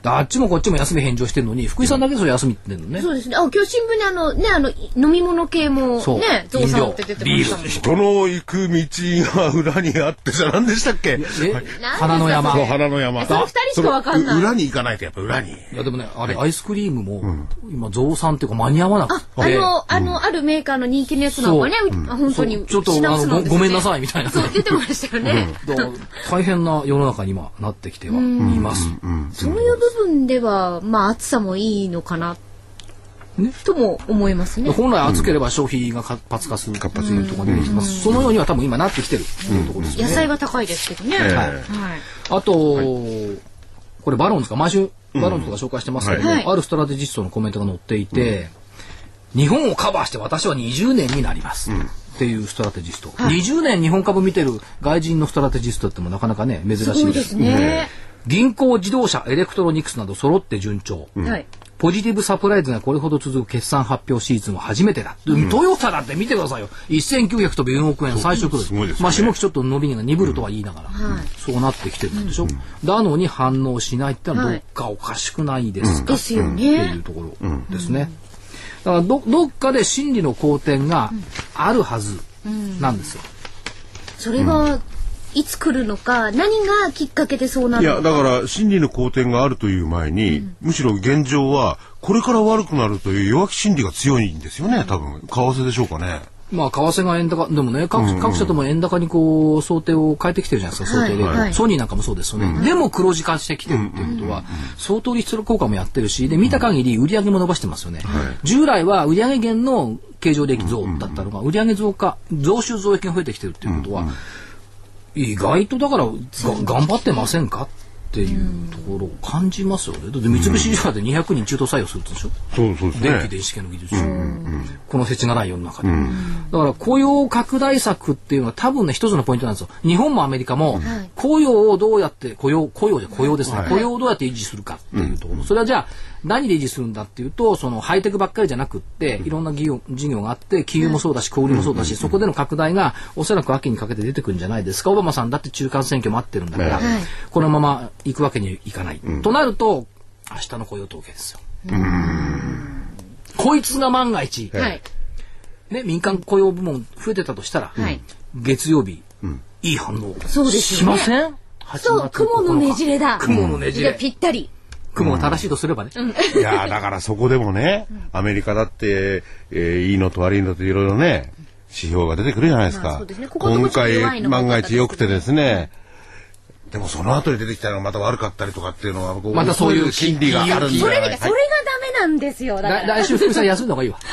あっちもこっちも休み返上してるのに福井さんだけそれ休みって言ってんのね。 そうですね。あ、今日新聞にあのねあの飲み物系もね増産って出てましたもん。 人の行く道が裏にあってじゃ何でしたっけ？ 花の山。 花の山。 その二人しかわかんない。 裏に行かないとやっぱ裏に。 いやでもねあれアイスクリームも今増産っていうか間に合わなくて。 あのあのあるメーカーの人気のやつなんかね本当にちょっとあのごめんなさいみたいな。 そう出てましたよね。 大変な世の中に今なってきてはいます。 そういう部分ではまあ暑さもいいのかなとも思いますね。 本来暑ければ消費が活発化する活発にとか出てきます。そのようには多分今なってきてるというところですね。 野菜は高いですけどね。 あとこれバロンズか毎週バロンズとか紹介してますけども、あるストラテジストのコメントが載っていて、日本をカバーして私はにじゅうねんになります。っていうストラテジスト、はい、にじゅうねん日本株見てる外人のストラテジストってもなかなかね珍しいです。 すごいですね。 銀行、自動車、エレクトロニクスなど揃って順調、うん、ポジティブサプライズがこれほど続く決算発表シーズンは初めてだ、うん、トヨタだって見てくださいよせんきゅうひゃくとびよんおくえん最初来る、ね、まあ下期ちょっと伸びが鈍るとは言いながら、うん、そうなってきてるんでしょ、うん、だのに反応しないってのはどっかおかしくないですか、 はい、ですよね、 っていうところですね、だから ど, どっかで心理の好転があるはずなんですよ、 うん、それがいつ来るのか、何がきっかけでそうなるのか。 いやだから心理の好転があるという前に、うん、むしろ現状はこれから悪くなるという弱気心理が強いんですよね。多分為替でしょうかね。 まあ為替が円高でもね 各,、うんうん、各社とも円高にこう想定を変えてきてるじゃないですか、想定で、はいはい、ソニーなんかもそうですよね、うん、でも黒字化してきてるっていうことは、うんうん、相当リスト効果もやってるしで見た限り売上も伸ばしてますよね、うん、従来は売上減の経常利益増だったのが売上増加増収増益が増えてきてるっていうことは、うんうん、意外とだからが頑張ってませんかっていうところを感じますよね。だって三菱自動車でにひゃくにん中途採用するでしょ、 そうそうですね、 電気電子系の技術者、うんうん、この設置がない世の中で、うん、だから雇用拡大策っていうのは多分ね一つのポイントなんですよ。日本もアメリカも、うん、雇用をどうやって雇用雇用で雇用ですね、はい、雇用をどうやって維持するかっていうところ、うん、それはじゃあ何で維持するんだっていうとそのハイテクばっかりじゃなくっていろんな事業、事業があって金融もそうだし小売りもそうだし、うん、そこでの拡大がおそらく秋にかけて出てくるんじゃないですか。オバマさんだって中間選挙待ってるんだから、はい、このまま行くわけにはいかない、うん、となると明日の雇用統計ですよ。うーんこいつが万が一、はいね、民間雇用部門増えてたとしたら、はい、月曜日、うん、いい反応しません？ そう雲のねじれだ。 雲のねじれ、 うん、ぴったり。 雲が正しいとすればね、うん、いやだからそこでもね、うん、アメリカだって、えー、いいのと悪いのといろいろね指標が出てくるじゃないですか、まあそうですね、ここ今回万が一良くてですね、うん、でもその後に出てきたのがまた悪かったりとかっていうのはまたそういう心理があるんだよね。それがダメなんですよ。だから来週福井さん休んだ方がいいわ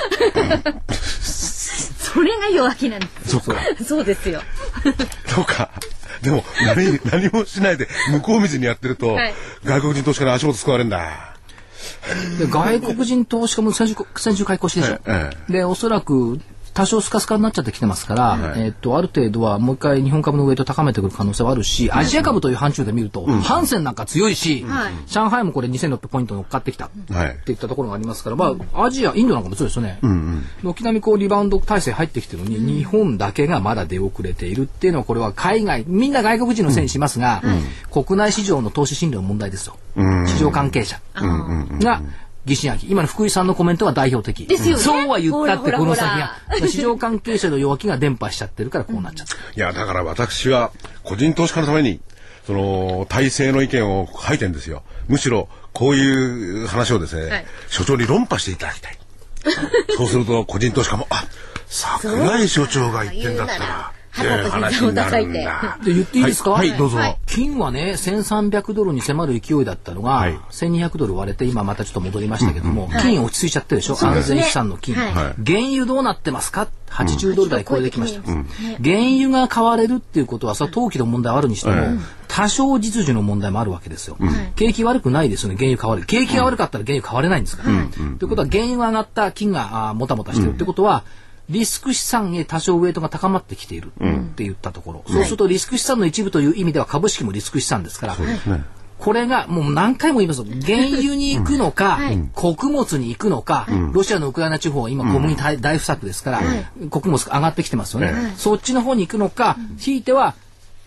それが弱気なんです。 そうかそうですよそうかでも 何, 何もしないで向こう水にやってると、はい、外国人投資家の足元救われるんだ。 で外国人投資家も先週先週開講してでしょ、ええ、でおそらく多少スカスカになっちゃってきてますから、はい、えー、っとある程度はもう一回日本株のウェイト高めてくる可能性はあるし、アジア株という範疇で見ると、うん、ハンセンなんか強いし、うん、上海もこれにせんろっぴゃくポイント乗っかってきた、はい、っていったところがありますから、まあ、アジアインドなんかもそうですよね、うんうん、軒並みこうリバウンド体制入ってきてるのに、うん、日本だけがまだ出遅れているっていうのはこれは海外みんな外国人のせいにしますが、うん、国内市場の投資心理の問題ですよ、うん、市場関係者が疑心暗鬼。今の福井さんのコメントは代表的ですよね。 そうは言ったってこの先が市場関係者の弱気が伝播しちゃってるからこうなっちゃった、うん、 いやだから私は個人投資家のためにその体制の意見を吐いてるんですよ。むしろこういう話をですね、はい、所長に論破していただきたいそうすると個人投資家もあ桜井所長が言ってんだったら話になるんだで言っていいですか、 はいはい、どうぞ、はい、 金はねせんさんびゃくドルに迫る勢いだったのが、はい、せんにひゃくドル割れて今またちょっと戻りましたけども、うんうん、金落ち着いちゃってるでしょ、はい、安全資産の金、はい、原油どうなってますかはちじゅうドル台超えてきました、うん、原油が買われるっていうことはさ投機の問題はあるにしても、うん、多少実需の問題もあるわけですよ、うん、景気悪くないですよね。原油買われる景気が悪かったら原油買われないんですから、うん、ということは原油が上がった金があもたもたしてるってことは、うん、リスク資産へ多少ウェイトが高まってきているって言ったところ、うん、そうするとリスク資産の一部という意味では株式もリスク資産ですから、はい、これがもう何回も言いますよ。原油に行くのか、うん、穀物に行くのか、うん、ロシアのウクライナ地方は今小麦大大不作ですから、うん、穀物上がってきてますよね、うん、そっちの方に行くのか、ひいては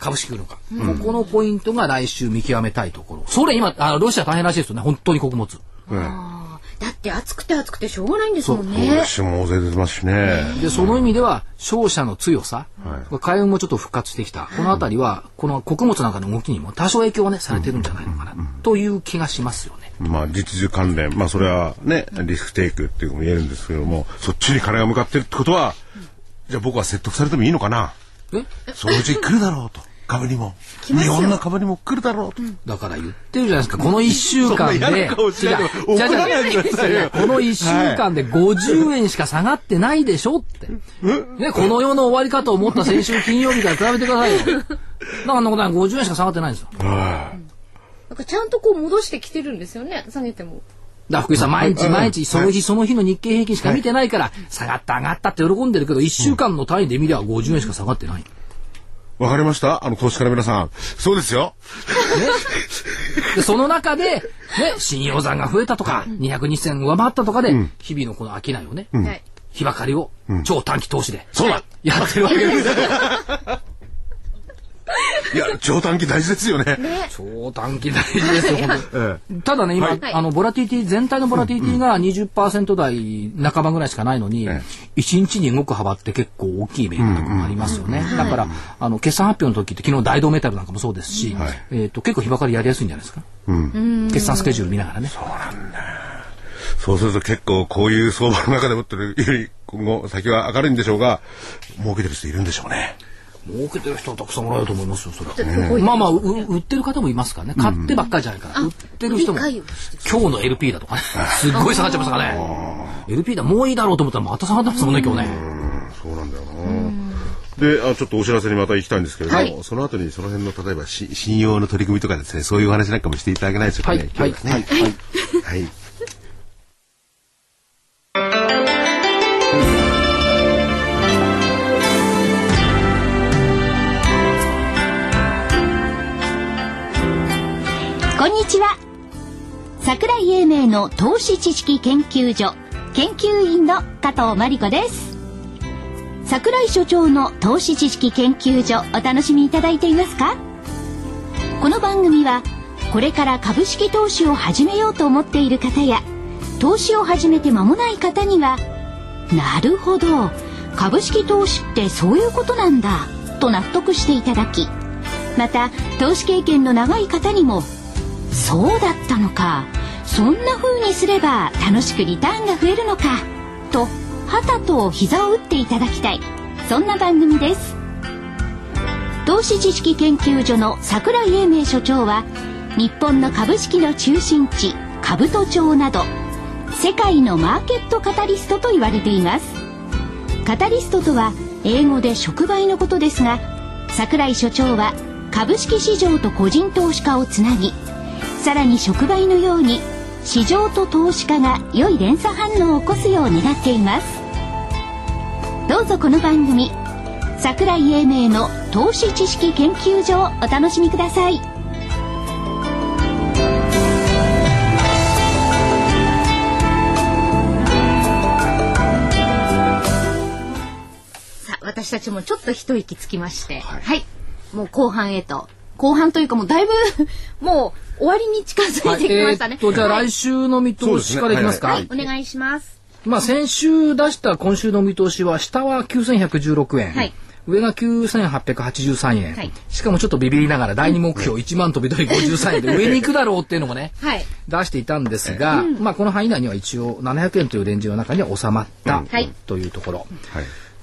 株式来るのか、うん、ここのポイントが来週見極めたいところ。それ今あロシア大変らしいですよね、本当に穀物、 うん、あだって暑くて暑くてしょうがないんですもんね。 そうも大勢出ますしね。 でその意味では商社の強さ、はい、海運もちょっと復活してきた、このあたりはこの穀物なんかの動きにも多少影響はねされてるんじゃないのかな、うん、という気がしますよね。 まあ実需関連、まあそれはねリスクテイクっていうのも言えるんですけども、そっちに金が向かってるってことは、じゃあ僕は説得されてもいいのかな。えそのうち来るだろうと、株にも日本の株にも来るだろうと、うん、 だから言ってるじゃないですか、このいっしゅうかんで違うこのいっしゅうかんでごじゅうえんしか下がってないでしょって、ね、この世の終わりかと思った先週金曜日から比べてくださいよ。だからあんなことはごじゅうえんしか下がってないんですよ。 なんかちゃんとこう戻してきてるんですよね、下げても。 だ福井さん毎日毎日その日その日の日経平均しか見てないから下がった上がったって喜んでるけどいっしゅうかんの単位で見ればごじゅうえんしか下がってない。 わかりました、あの投資家の皆さん。そうですよ、 ね、でその中で、ね、信用残が増えたとかにひゃくにせん上回ったとかで、うん、日々のこの商いをね、うん、日ばかりを超短期投資で、うん、そうだやってるわけです。 いや超短期大事ですよね。 ね超短期大事ですよ本当に。ただね今、はい、あのボラティティ全体のボラティティが にじゅっパーセント 台半ばぐらいしかないのに、うん、いちにちに動く幅って結構大きい銘柄とかもありますよね、うんうん、だからあの決算発表の時って昨日大同メタルなんかもそうですし、うんはいえー、と結構日ばかりやりやすいんじゃないですか、うん、決算スケジュール見ながらね。 そうなんだ。そうすると結構こういう相場の中で持ってるより今後先は明るいんでしょうが、儲けてる人いるんでしょうね。 儲けてる人はたくさんもらえると思いますよそれは、うん、まあまあ売ってる方もいますからね、買ってばっかりじゃないから、うん、売ってる人も今日の エルピー だとかねすっごい下がっちゃいますからね。 エルピー だもういいだろうと思ったらまた下がってますもんね今日ね。 うんそうなんだよな。であちょっとお知らせにまた行きたいんですけれども、はい、その後にその辺の例えばし信用の取り組みとかですね、そういうお話なんかもしていただけないでしょうかね。 はいはいはい、はいはいこんにちは。桜井英明の投資知識研究所研究員の加藤真理子です。桜井所長の投資知識研究所お楽しみいただいていますか？この番組はこれから株式投資を始めようと思っている方や投資を始めて間もない方にはなるほど株式投資ってそういうことなんだと納得していただき、また投資経験の長い方にもそうだったのか、そんな風にすれば楽しくリターンが増えるのかとはたと膝を打っていただきたい、そんな番組です。投資知識研究所の桜井英明所長は日本の株式の中心地兜町など世界のマーケットカタリストと言われています。カタリストとは英語で触媒のことですが、桜井所長は株式市場と個人投資家をつなぎ、さらに触媒のように市場と投資家が良い連鎖反応を起こすよう願っています。どうぞこの番組桜井英明の投資知識研究所をお楽しみください。さあ私たちもちょっと一息つきまして、はい、はい、もう後半へと後半というかもうだいぶもう終わりに近づいてきましたね。 はい、えー、っとじゃあ来週の見通しからいきますか。 はい、お願いします。 まあ先週出した今週の見通しは下はきゅうせんひゃくじゅうろくえん、はい、上がきゅうせんはっぴゃくはちじゅうさんえん、はい、しかもちょっとビビりながらだいに目標いちまん飛び取りごじゅうさんえんで上に行くだろうっていうのもね、はい、出していたんですが、うん、まあこの範囲内には一応ななひゃくえんというレンジの中には収まった、うん、というところ、はい、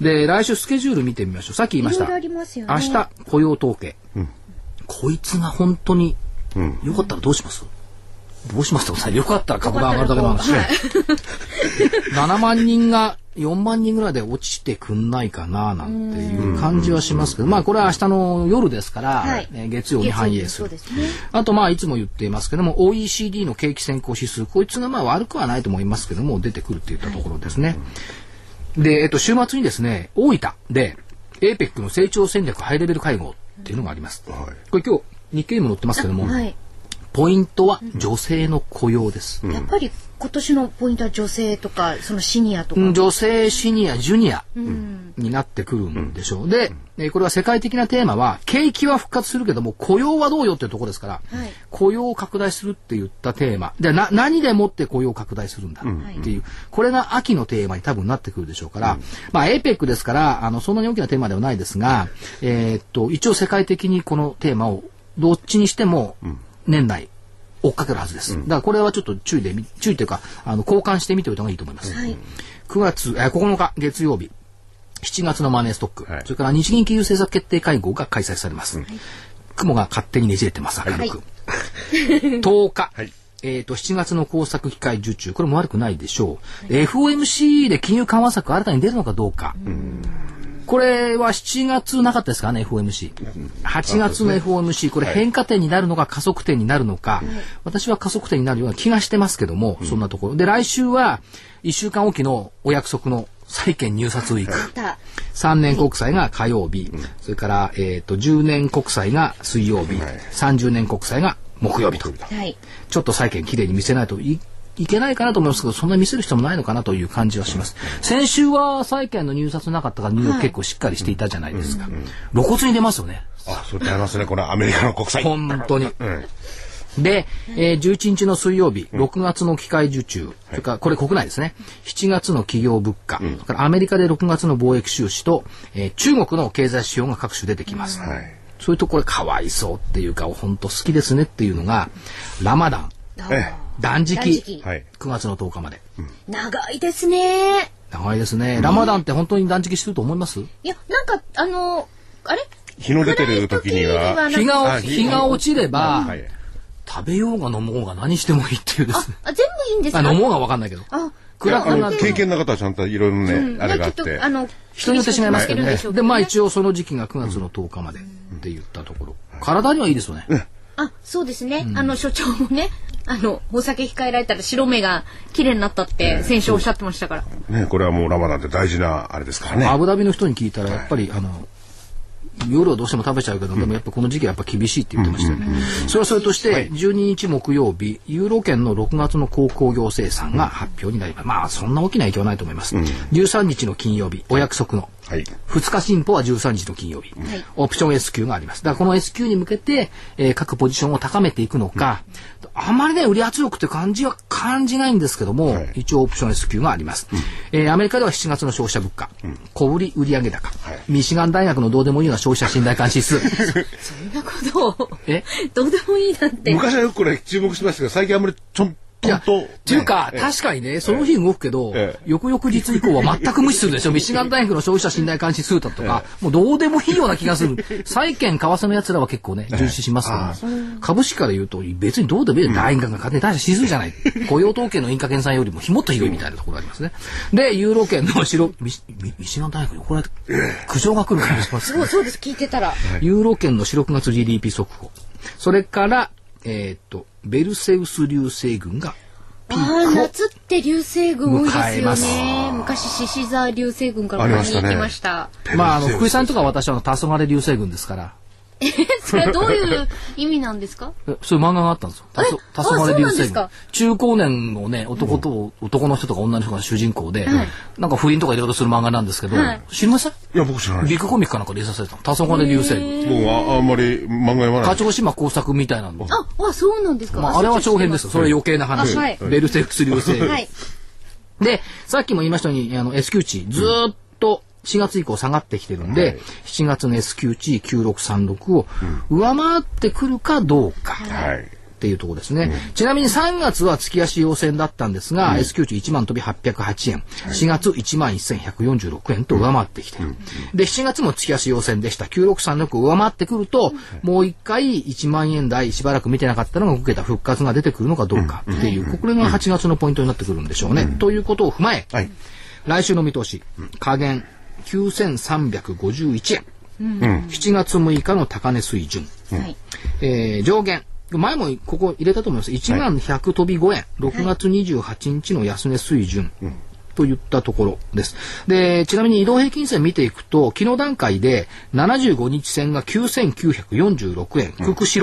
で来週スケジュール見てみましょう。さっき言いました、 いろいろありますよね、 明日雇用統計、うん、こいつが本当によかったらどうします、うん、どうしますってよかったら株が上がるだけの話、はい、ななまんにんがよんまんにんぐらいで落ちてくんないかななんていう感じはしますけど、まあこれは明日の夜ですから、はい、えー、月曜に反映する。すね、あとまあいつも言っていますけども オーイーシーディー の景気先行指数、こいつがまあ悪くはないと思いますけども出てくるっていったところですね。はい、で、えっと、週末にですね大分で エーペック の成長戦略ハイレベル会合っていうのがあります。はい、これ今日日経にも載ってますけども、はい、 ポイントは女性の雇用です。 うん、やっぱり今年のポイントは女性とかそのシニアとか、 女性シニアジュニアになってくるんでしょう。うん、で、これは世界的なテーマは景気は復活するけども雇用はどうよっていうところですから、はい、雇用を拡大するって言ったテーマでな何でもって雇用を拡大するんだっていう、うん、これが秋のテーマに多分なってくるでしょうから、うん、まあ エーペック ですからあのそんなに大きなテーマではないですが、えー、っと一応世界的にこのテーマをどっちにしても年内追っかけるはずです。だからこれはちょっと注意で注意というかあの交換してみておいた方がいいと思います。はい、くがつ、えー、ここのか月曜日しちがつのマネーストック、はい、それから日銀金融政策決定会合が開催されます。はい、雲が勝手にねじれてます明るく。はい、とおか、はい、えっとしちがつの工作機械受注これも悪くないでしょう。はい、エフオーエムシー で金融緩和策新たに出るのかどうか。うんこれはしちがつなかったですかね エフオーエムシー。はちがつの エフオーエムシー これ変化点になるのか加速点になるのか、はい、私は加速点になるような気がしてますけども、うん、そんなところで来週はいっしゅうかんおきのお約束の債券入札ウィーク、はい、さんねん国債が火曜日、はい、それから、えー、とじゅうねん国債が水曜日、はい、さんじゅうねん国債が木曜日と、はい、ちょっと債券きれいに見せないといいけないかなと思いますけどそんな見せる必要もないのかなという感じはします。先週は債券の入札なかったからニューヨーク結構しっかりしていたじゃないですか。はい、露骨に出ますよね。 あ、そう出ますねこのアメリカの国債。 本当に。うん、で、えー、じゅういちにちの水曜日ろくがつの機械受注、うん、それからこれ国内ですねしちがつの企業物価、うん、それからアメリカでろくがつの貿易収支と、えー、中国の経済指標が各種出てきます。うんはい、そういうところかわいそうっていうか本当好きですねっていうのがラマダン。ええ断食くがつのとおかまで、 うん、長いですね。 長いですね、うん、ラマダンって本当に断食してると思います？いやなんかあのあれ日の出てる時には日が日が落ちれば、はい、食べようが飲もうが何してもいいっていうですね。 あ、全部いいんですか？ 飲もうが分かんないけど。あ暗くな経験な方はちゃんといろいろね、うん、あれがあってあの人によって違いますけどね。でまあ一応その時期がくがつのとおかまでって言ったところ、うん、体にはいいですよね。うんあ、そうですね、うん、あの所長もねあのお酒控えられたら白目が綺麗になったって先週おっしゃってましたから、 ね、これはもうラマダンって大事なあれですからね。 アブダビの人に聞いたらやっぱり、はい、あの夜はどうしても食べちゃうけど、うん、でもやっぱこの時期はやっぱ厳しいって言ってましたよね。それはそれとしてじゅうににち木曜日ユーロ圏のろくがつの鉱工業生産が発表になります。まあそんな大きな影響はないと思います。うん、じゅうさんにちの金曜日お約束の、はい、ふつか進歩はじゅうさんにちの金曜日、はい、オプション エスキュー があります。だからこの エスキュー に向けて、えー、各ポジションを高めていくのか、うん、あんまりね売り圧力って感じは感じないんですけども、はい、一応オプション エスキュー があります。うんえー、アメリカではしちがつの消費者物価、うん、小売売上高、はい、ミシガン大学のどうでもいいような消費者信頼感指数そんなことをえどうでもいいなんて昔はよくこれ注目しましたけど最近あんまりちょんいやっていうか、ね、確かにねその日動くけど、ええ、翌々日以降は全く無視するでしょ。ミシガン大学の消費者信頼監視数だとか、え、もうどうでもいいような気がする。債券為替のやつらは結構ね重視しますから、ね、株式から言うと別にどうでもいいよ。大銀行が勝手に出した指数じゃない。雇用統計の因果計算よりももっと広いみたいなところがありますね。でユーロ圏の白ミシミシガン大学にこれ苦情が来る感じします、 ね、そうそうです聞いてたらユーロ圏のしろくがつ ジーディーピー 速報それからえー、っとベルセウス流星群がああ夏って流星群多いですよね。昔獅子座流星群から見に行きました。 まああの福井さんとか私は黄昏流星群ですから。 えそれはどういう意味なんですか？ そういう漫画があったんですよ。黄昏流星群。中高年のね男と、うん、男の人とか女の人が主人公で、はい、なんか不倫とかいろいろする漫画なんですけど、はい、知りません？いや僕知らない。 ビッグコミックかなんかでさせたの。黄昏流星群。 僕はあんまり漫画読まない。 課長島工作みたいなの。 ああそうなんですか。 まあ、あれは長編ですよ。それ余計な話。はい、ベルセウス流星群。はい、でさっきも言いましたようにあの S q 値ずーっと、うんしがつ以降下がってきてるんで、はい、しちがつの エスキュー 値きゅうろくさんろくを上回ってくるかどうかっていうところですね、うん、ちなみにさんがつは月足要線だったんですが、うん、エスキュー 値いちまん飛びはっぴゃくはちえん、はい、しがついちまんせんひゃくよんじゅうろくえんと上回ってきてる、うん、でしちがつも月足要線でしたきゅうろくさんろくを上回ってくると、うん、もう一回いちまんえん台しばらく見てなかったのが動けた復活が出てくるのかどうかっていう、うん、これがはちがつのポイントになってくるんでしょうね、うん、ということを踏まえ、はい、来週の見通し下限きゅうせんさんびゃくごじゅういちえん、うん、しちがつむいかの高値水準、うんえー、上限前もここ入れたと思いますいちまんひゃく飛びごえん、はい、ろくがつにじゅうはちにちの安値水準、はい、といったところです。でちなみに移動平均線見ていくと昨日段階でななじゅうごにち線がきゅうせんきゅうひゃくよんじゅうろくえん、うん、くくしろ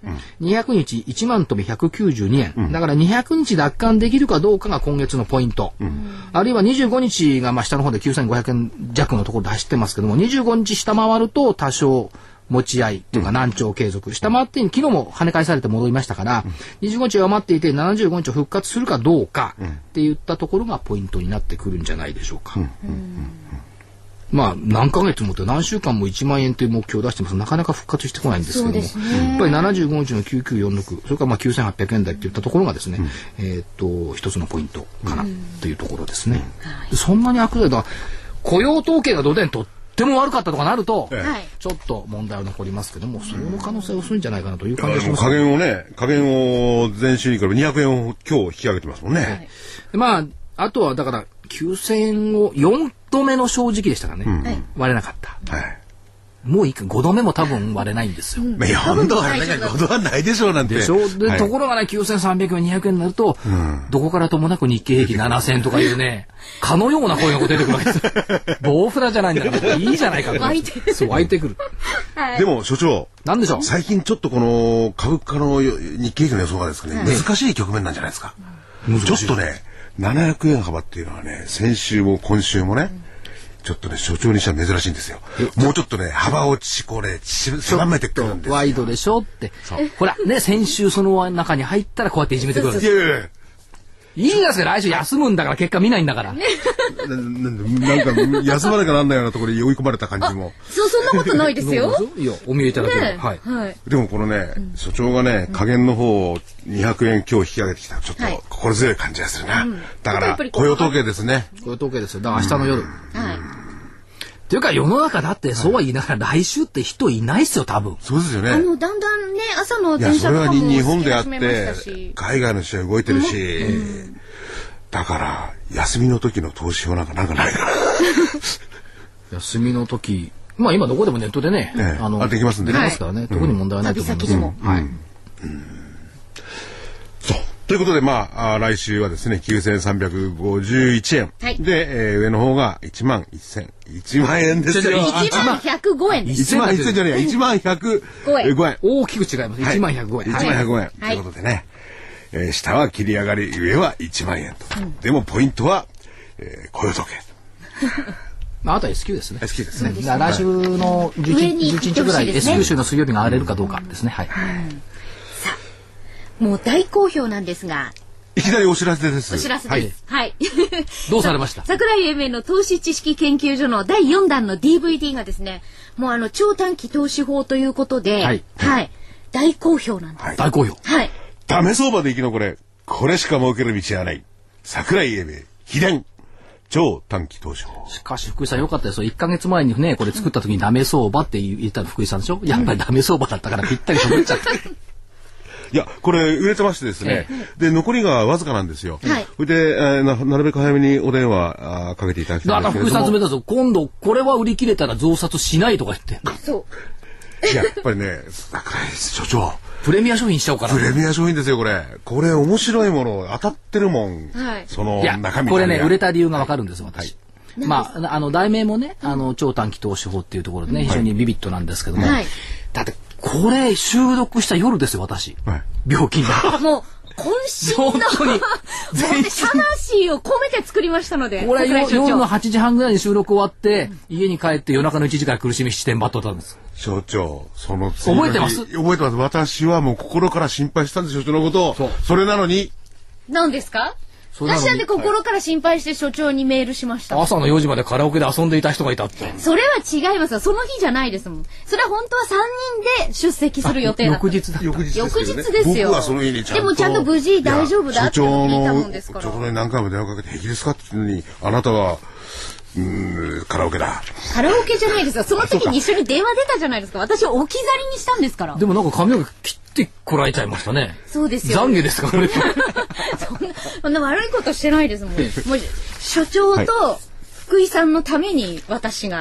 にひゃくにちいちまんとべひゃくきゅうじゅうにえん、うん、だからにひゃくにち奪還できるかどうかが今月のポイント、うん、あるいはにじゅうごにちがまあ下の方できゅうせんごひゃくえん弱のところで走ってますけども、にじゅうごにち下回ると多少持ち合いというか難聴継続、下回って昨日も跳ね返されて戻りましたから、うん、にじゅうごにち弱まっていてななじゅうごにちを復活するかどうかっていったところがポイントになってくるんじゃないでしょうか。うんうんうん、まあ何ヶ月もって何週間もいちまんえんという目標を出してますなかなか復活してこないんですけども、ね、やっぱりななじゅうごにちのきゅうきゅうよんろく、それからまあきゅうせんはっぴゃくえん台っていったところがですね、うん、えー、っと一つのポイントかなというところですね。うん、そんなに悪材だ雇用統計がどでんとでも悪かったとかなると、ええ、ちょっと問題は残りますけども、その可能性は薄いんじゃないかなという感じがします、ね。 加減をね、加減を前週に比べにひゃくえんを今日引き上げてますもんね。はい、 まああとはだからきゅうせんえんをよんどめの正直でしたからね、うん、割れなかった。はい、もういいかごどめも多分割れないんですよ。 うん、よんど割れないかごどはないでしょうなんて。 でしょで、はい、ところがねきゅうせんさんびゃくえんにひゃくえんになると、うん、どこからともなく日経平均ななせんえんとかいうねかのような声が出てくるわけです。ボウフラじゃないんだからいいじゃないかと。湧いてくる。そう湧いてくる。 はい、でも所長。 なんでしょう。 最近ちょっとこの株価の日経平均の予想がですね、はい、難しい局面なんじゃないですか。うん、ちょっとねななひゃくえん幅っていうのはね先週も今週もね、うん、ちょっとね所長にしては珍しいんですよ。もうちょっとね幅をちこれ狭めてくるんですよ。 ワイドでしょって。ほらね先週その中に入ったらこうやっていじめてくるんですよ。いやいやいやいいですよ来週休むんだから結果見ないんだから。な, なんか休まなきゃなんないようなところに追い込まれた感じも。 そうそんなことないですよ。 いやお見えいただければ、ね、はい、 はい。 でもこのね、うん、所長がね加減の方をにひゃくえん今日引き上げてきたちょっと心強い感じがするな。はい、だから雇用統計ですね。 雇用統計ですよ。だから明日の夜。うん、はい。っていうか世の中だってそうは言いながら来週って人いないっすよ多分。 そうですよね。 あのだんだんね朝の電車とかもいやそれは日本であって海外の試合動いてるし、うん、だから休みの時の投資法なんかなんかないから休みの時まあ今どこでもネットでね、 ええ、あのあできますんでね。できますからね、はい、特に問題はないと思います。うん、はい。うん、 そうということでまあ、あ来週はですねきゅうせんさんびゃくごじゅういちえん、はい、で、えー、上の方がいちまんせんいちまんえんですよ。 いちまんひゃくごえんです。 いちまんせんじゃねえやいちまんひゃくごえん。 大きく違います。いちまんひゃくごえん。 いちまんひゃくごえん、はい、ということでね、えー、下は切り上がり上はいちまんえんと、うん、でもポイントは、えー、雇用統計まあ、あとは S q ですね。 エスキュー ですね。 来週のじゅういちにちぐらい S q 週の水曜日が荒れるかどうかですね。はい。さあ、もう大好評なんですが。 いきなりお知らせです。 お知らせです。はい。 どうされました？ 桜井英明の投資知識研究所のだいよんだんの ディーブイディー がですね、もうあの超短期投資法ということで、はい。はい、大好評なんです。 大好評。 はい。 ダメ相場で生き残れ。これしか儲ける道はない。桜井英明秘伝。超短期投資法。 しかし福井さん良かったですよ。いっかげつまえにねこれ作った時にダメ相場って言ったの福井さんでしょ。やっぱりダメ相場だったからぴったりかぶっちゃった。 いやこれ売れてましてですね、ええ、で残りがわずかなんですよ。はい、それで、えー、な, なるべく早めにお電話あかけていただきたいんですけれども。 だから福井さん詰めたぞ。今度これは売り切れたら増刷しないとか言って。 そう。 やっぱりね桜井所長。 プレミア商品しちゃおうかな。 プレミア商品ですよこれ。これ面白いもの当たってるもん。はい、その中身。 これね売れた理由がわかるんですよ私。はい、まああの題名もねあの超短期投資法っていうところでね、うん、非常にビビッドなんですけども、はい、だってこれ収録した夜ですよ私、はい、病気になったもう渾身の本当に魂を込めて作りましたのでこれ夜のはちじはんぐらいに収録終わって、うん、家に帰って夜中のいちじから苦しみ七点抜刀ったんです。 所長その覚えてます？ 覚えてます。私はもう心から心配したんです所長のことを。 そ, それなのに何ですか？私だって心から心配して所長にメールしました。 朝のよじまでカラオケで遊んでいた人がいたって。 それは違いますよ。その日じゃないですもん。それは本当はさんにんで出席する予定だった。 翌日だった。 翌日ですよね。 翌日ですよ。 僕はその日にちゃんと。 でもちゃんと無事大丈夫だって聞いたもんですから。 所長に何回も電話かけて平気ですかって言うのにあなたはうーんカラオケだ。 カラオケじゃないですよ。その時に一緒に電話出たじゃないですか。私を置き去りにしたんですから。 でもなんか髪の毛切ってこられちゃいましたね。 そうですよ。 懺悔ですかこれ。そんなそんな悪いことしてないですもん。もう所長と福井さんのために私が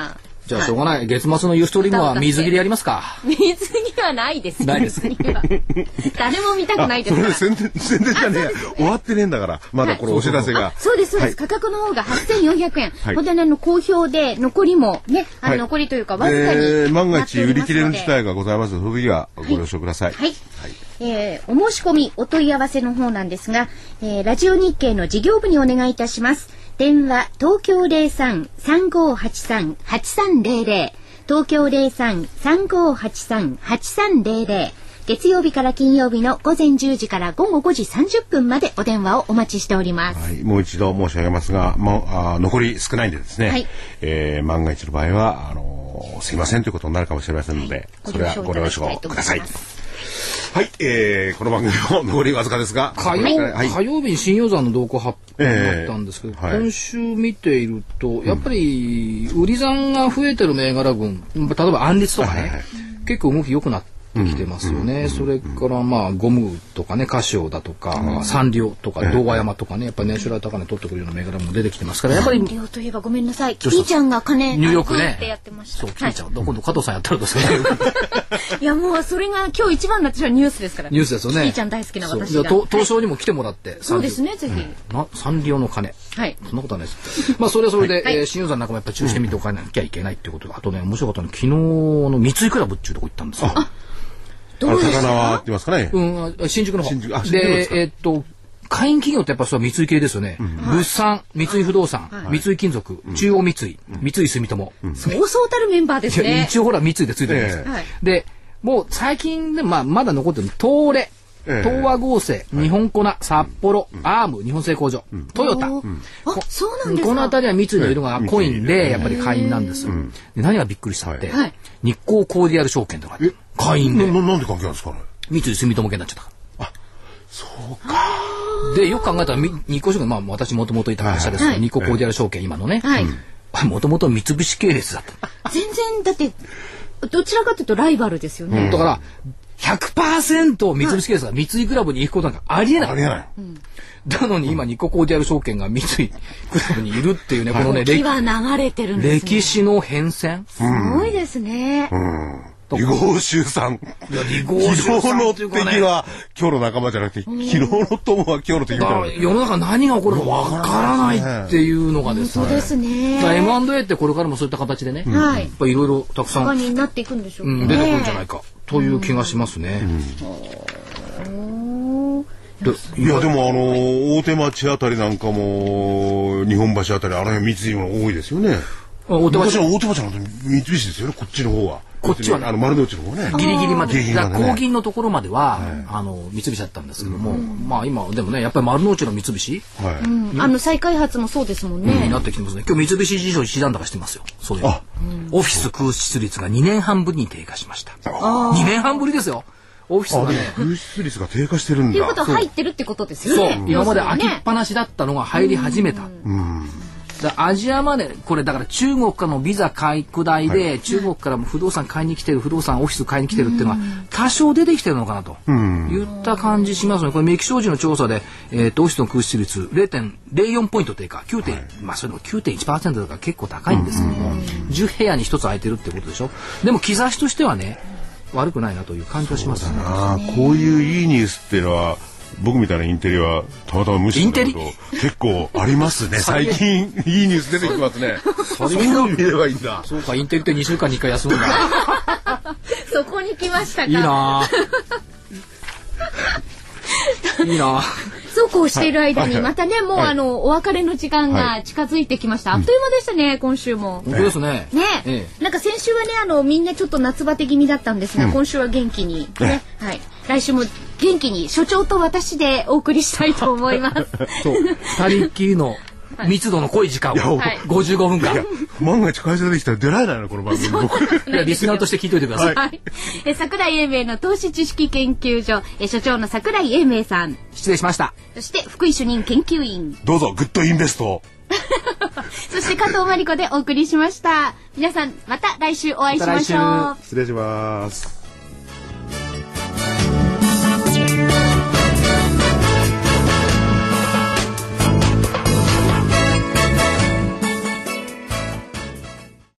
じゃあしょうがない。月末のユーストリームは水着でやりますか。 水着はないです。 ないです。 誰も見たくないですから。 それ宣伝、宣伝じゃねえ。終わってねえんだから。まだこのお知らせが。 そうです、そうです。価格の方がはっせんよんひゃくえん。ほんでね、好評で、残りもね、あの、残りというか、わずかに。 万が一売り切れる事態がございますので、その時はご了承ください。 はい。えー、お申し込み、お問い合わせの方なんですが、えー、ラジオ日経の事業部にお願いいたします。電話、東京 ゼロさん さんごはちさん はちさんゼロゼロ、東京 ゼロさん さんごはちさん はちさんゼロゼロ、月曜日から金曜日の午前じゅうじから午後ごじさんじゅっぷんまでお電話をお待ちしております。 はい、もう一度申し上げますが、もうあ残り少ないんでですね、はい、えー、万が一の場合はあのー、すいませんということになるかもしれませんので、はい、それはご了承ください。はい、えー、この番組も残りわずかですが、 火曜、はい、火曜日に新鷹山の動向発表だったんですけど、えーはい、今週見ているとやっぱり売り算が増えてる銘柄群、例えば安立とかね、はいはい、結構動き良くなってきてますよね、うんうん、それからまあゴムとかねカシオだとか、うん、サンリオとか堂和山とかねやっぱり年初来高値取ってくるような銘柄も出てきてますからやっぱりサンリオといえばごめんなさいキティちゃんが金ニューヨークねってやってましたそうキティちゃん、はい、今度加藤さんやったらどうですかいやもうそれが今日一番の私はニュースですからニュースですよねキティちゃん大好きな私が東証にも来てもらって、はい、 そうですねぜひ、 うん、なサンリオの金はいそんなことはないですまあそれはそれで、はい、えー、新鷹山なんかもやっぱり注意してみておかなきゃいけないっていうことで、うん、あとね面白かったの昨日の三井クラブっていうとこ行ったんですよあどうですか？高輪って言いますかね。 うん、新宿の方。新宿、あ、新宿で、えー、っと、会員企業ってやっぱそう三井系ですよね。うん、物産、三井不動産、はい、三井金属、うん、中央三井、うん、三井住友。 うん、そうそうたるメンバーですね。 一応ほら三井でついてるんです、えー。で、もう最近で、まあ、まだ残ってる東レ、えー、東和合成、日本粉、札幌、うん、アーム、日本製工場、うん、トヨタ、うん、 あ、そうなんですか。 このあたりは三井の色が濃いんで、やっぱり会員なんですよ。で何がびっくりしたって、はい、日光コーディアル証券とか会員で。 な、なんで関係なんですかね。 三井住友系になっちゃったから。あ、そうか。 でよく考えたら日光証券、まあ私もともといた会社ですけど、はい、日光コーディアル証券今のね、もともと三菱系列だった。 全然だってどちらかというとライバルですよね。 うん、だから。ひゃくパーセント 三菱系列が三井クラブに行くことなんかありえない。 ありえない。うん、 なのに今、日光コーディアル証券が三井クラブにいるっていうね、このね、 歴は流れてるんですね。 歴史の変遷。 すごいですね。 うん離合集散。 いや、離合集散。 昨日の敵は今日の仲間じゃなくて、昨日の友は今日の敵みたいな。 世の中何が起こるかわからないっていうのがですね。 本当ですね。 エムアンドエー ってこれからもそういった形でね、やっぱいろいろたくさん。 他になっていくんでしょうね。 うん、出てくるんじゃないかという気がしますね。 いやでもあの大手町あたりなんかも日本橋あたりあの辺三井も多いですよね。大手町は大手町なんて三菱ですよねこっちの方は。 こっちはね、 あの丸の内の方ね。 ギリギリまで。高銀のところまでは、あの、三菱だったんですけども、まあ今、でもね、やっぱり丸の内の三菱。 あの、再開発もそうですもんね。 なってきてますね。今日三菱地所一段高してますよ。そういう。オフィス空室率がにねんはんぶりに低下しました。にねんはんぶりですよ。オフィスがね。 空室率が低下してるんだ。 っていうことは入ってるってことですよね。 そう。今まで開きっぱなしだったのが入り始めた。アジアマネーこれだから中国からのビザ拡大で、はい、中国からも不動産買いに来てる不動産オフィス買いに来てるっていうのは多少出てきてるのかなといった感じしますね。これメキ商事の調査で、えー、とオフィスの空室率 ゼロてんゼロよん ポイント低下 きゅう. 点、はい、まあそれでも きゅうてんいちパーセント だから結構高いんですけども、じゅう部屋にひとつ空いてるってことでしょ。でも兆しとしてはね悪くないなという感じはしますね。 こういういいニュースっていうのは僕みたいなインテリはたまたま無視すること結構ありますね。最近いいニュース出てきますね。それを見ればいいんだ。 そうか、インテリってにしゅうかんにいっかい休むんだ。 そこに来ましたか。 いいな。いいな。 そうこうしている間にまたね、もうあのお別れの時間が近づいてきました。あっという間でしたね、今週も。 本当ですね。 ね、なんか先週はねあのみんなちょっと夏バテ気味だったんですが、今週は元気にね、はい。来週も元気に所長と私でお送りしたいと思います。 そう、二人っきりの密度の濃い時間をごじゅうごふんかん。 万が一会社できたら出られないのこの番組。 いやリスナーとして聞いといてください。はい、 え桜井英明の投資知識研究所え所長の桜井英明さん。 失礼しました。 そして福井主任研究員。 どうぞグッドインベスト。 そして加藤真理子でお送りしました。皆さんまた来週お会いしましょう。 失礼します。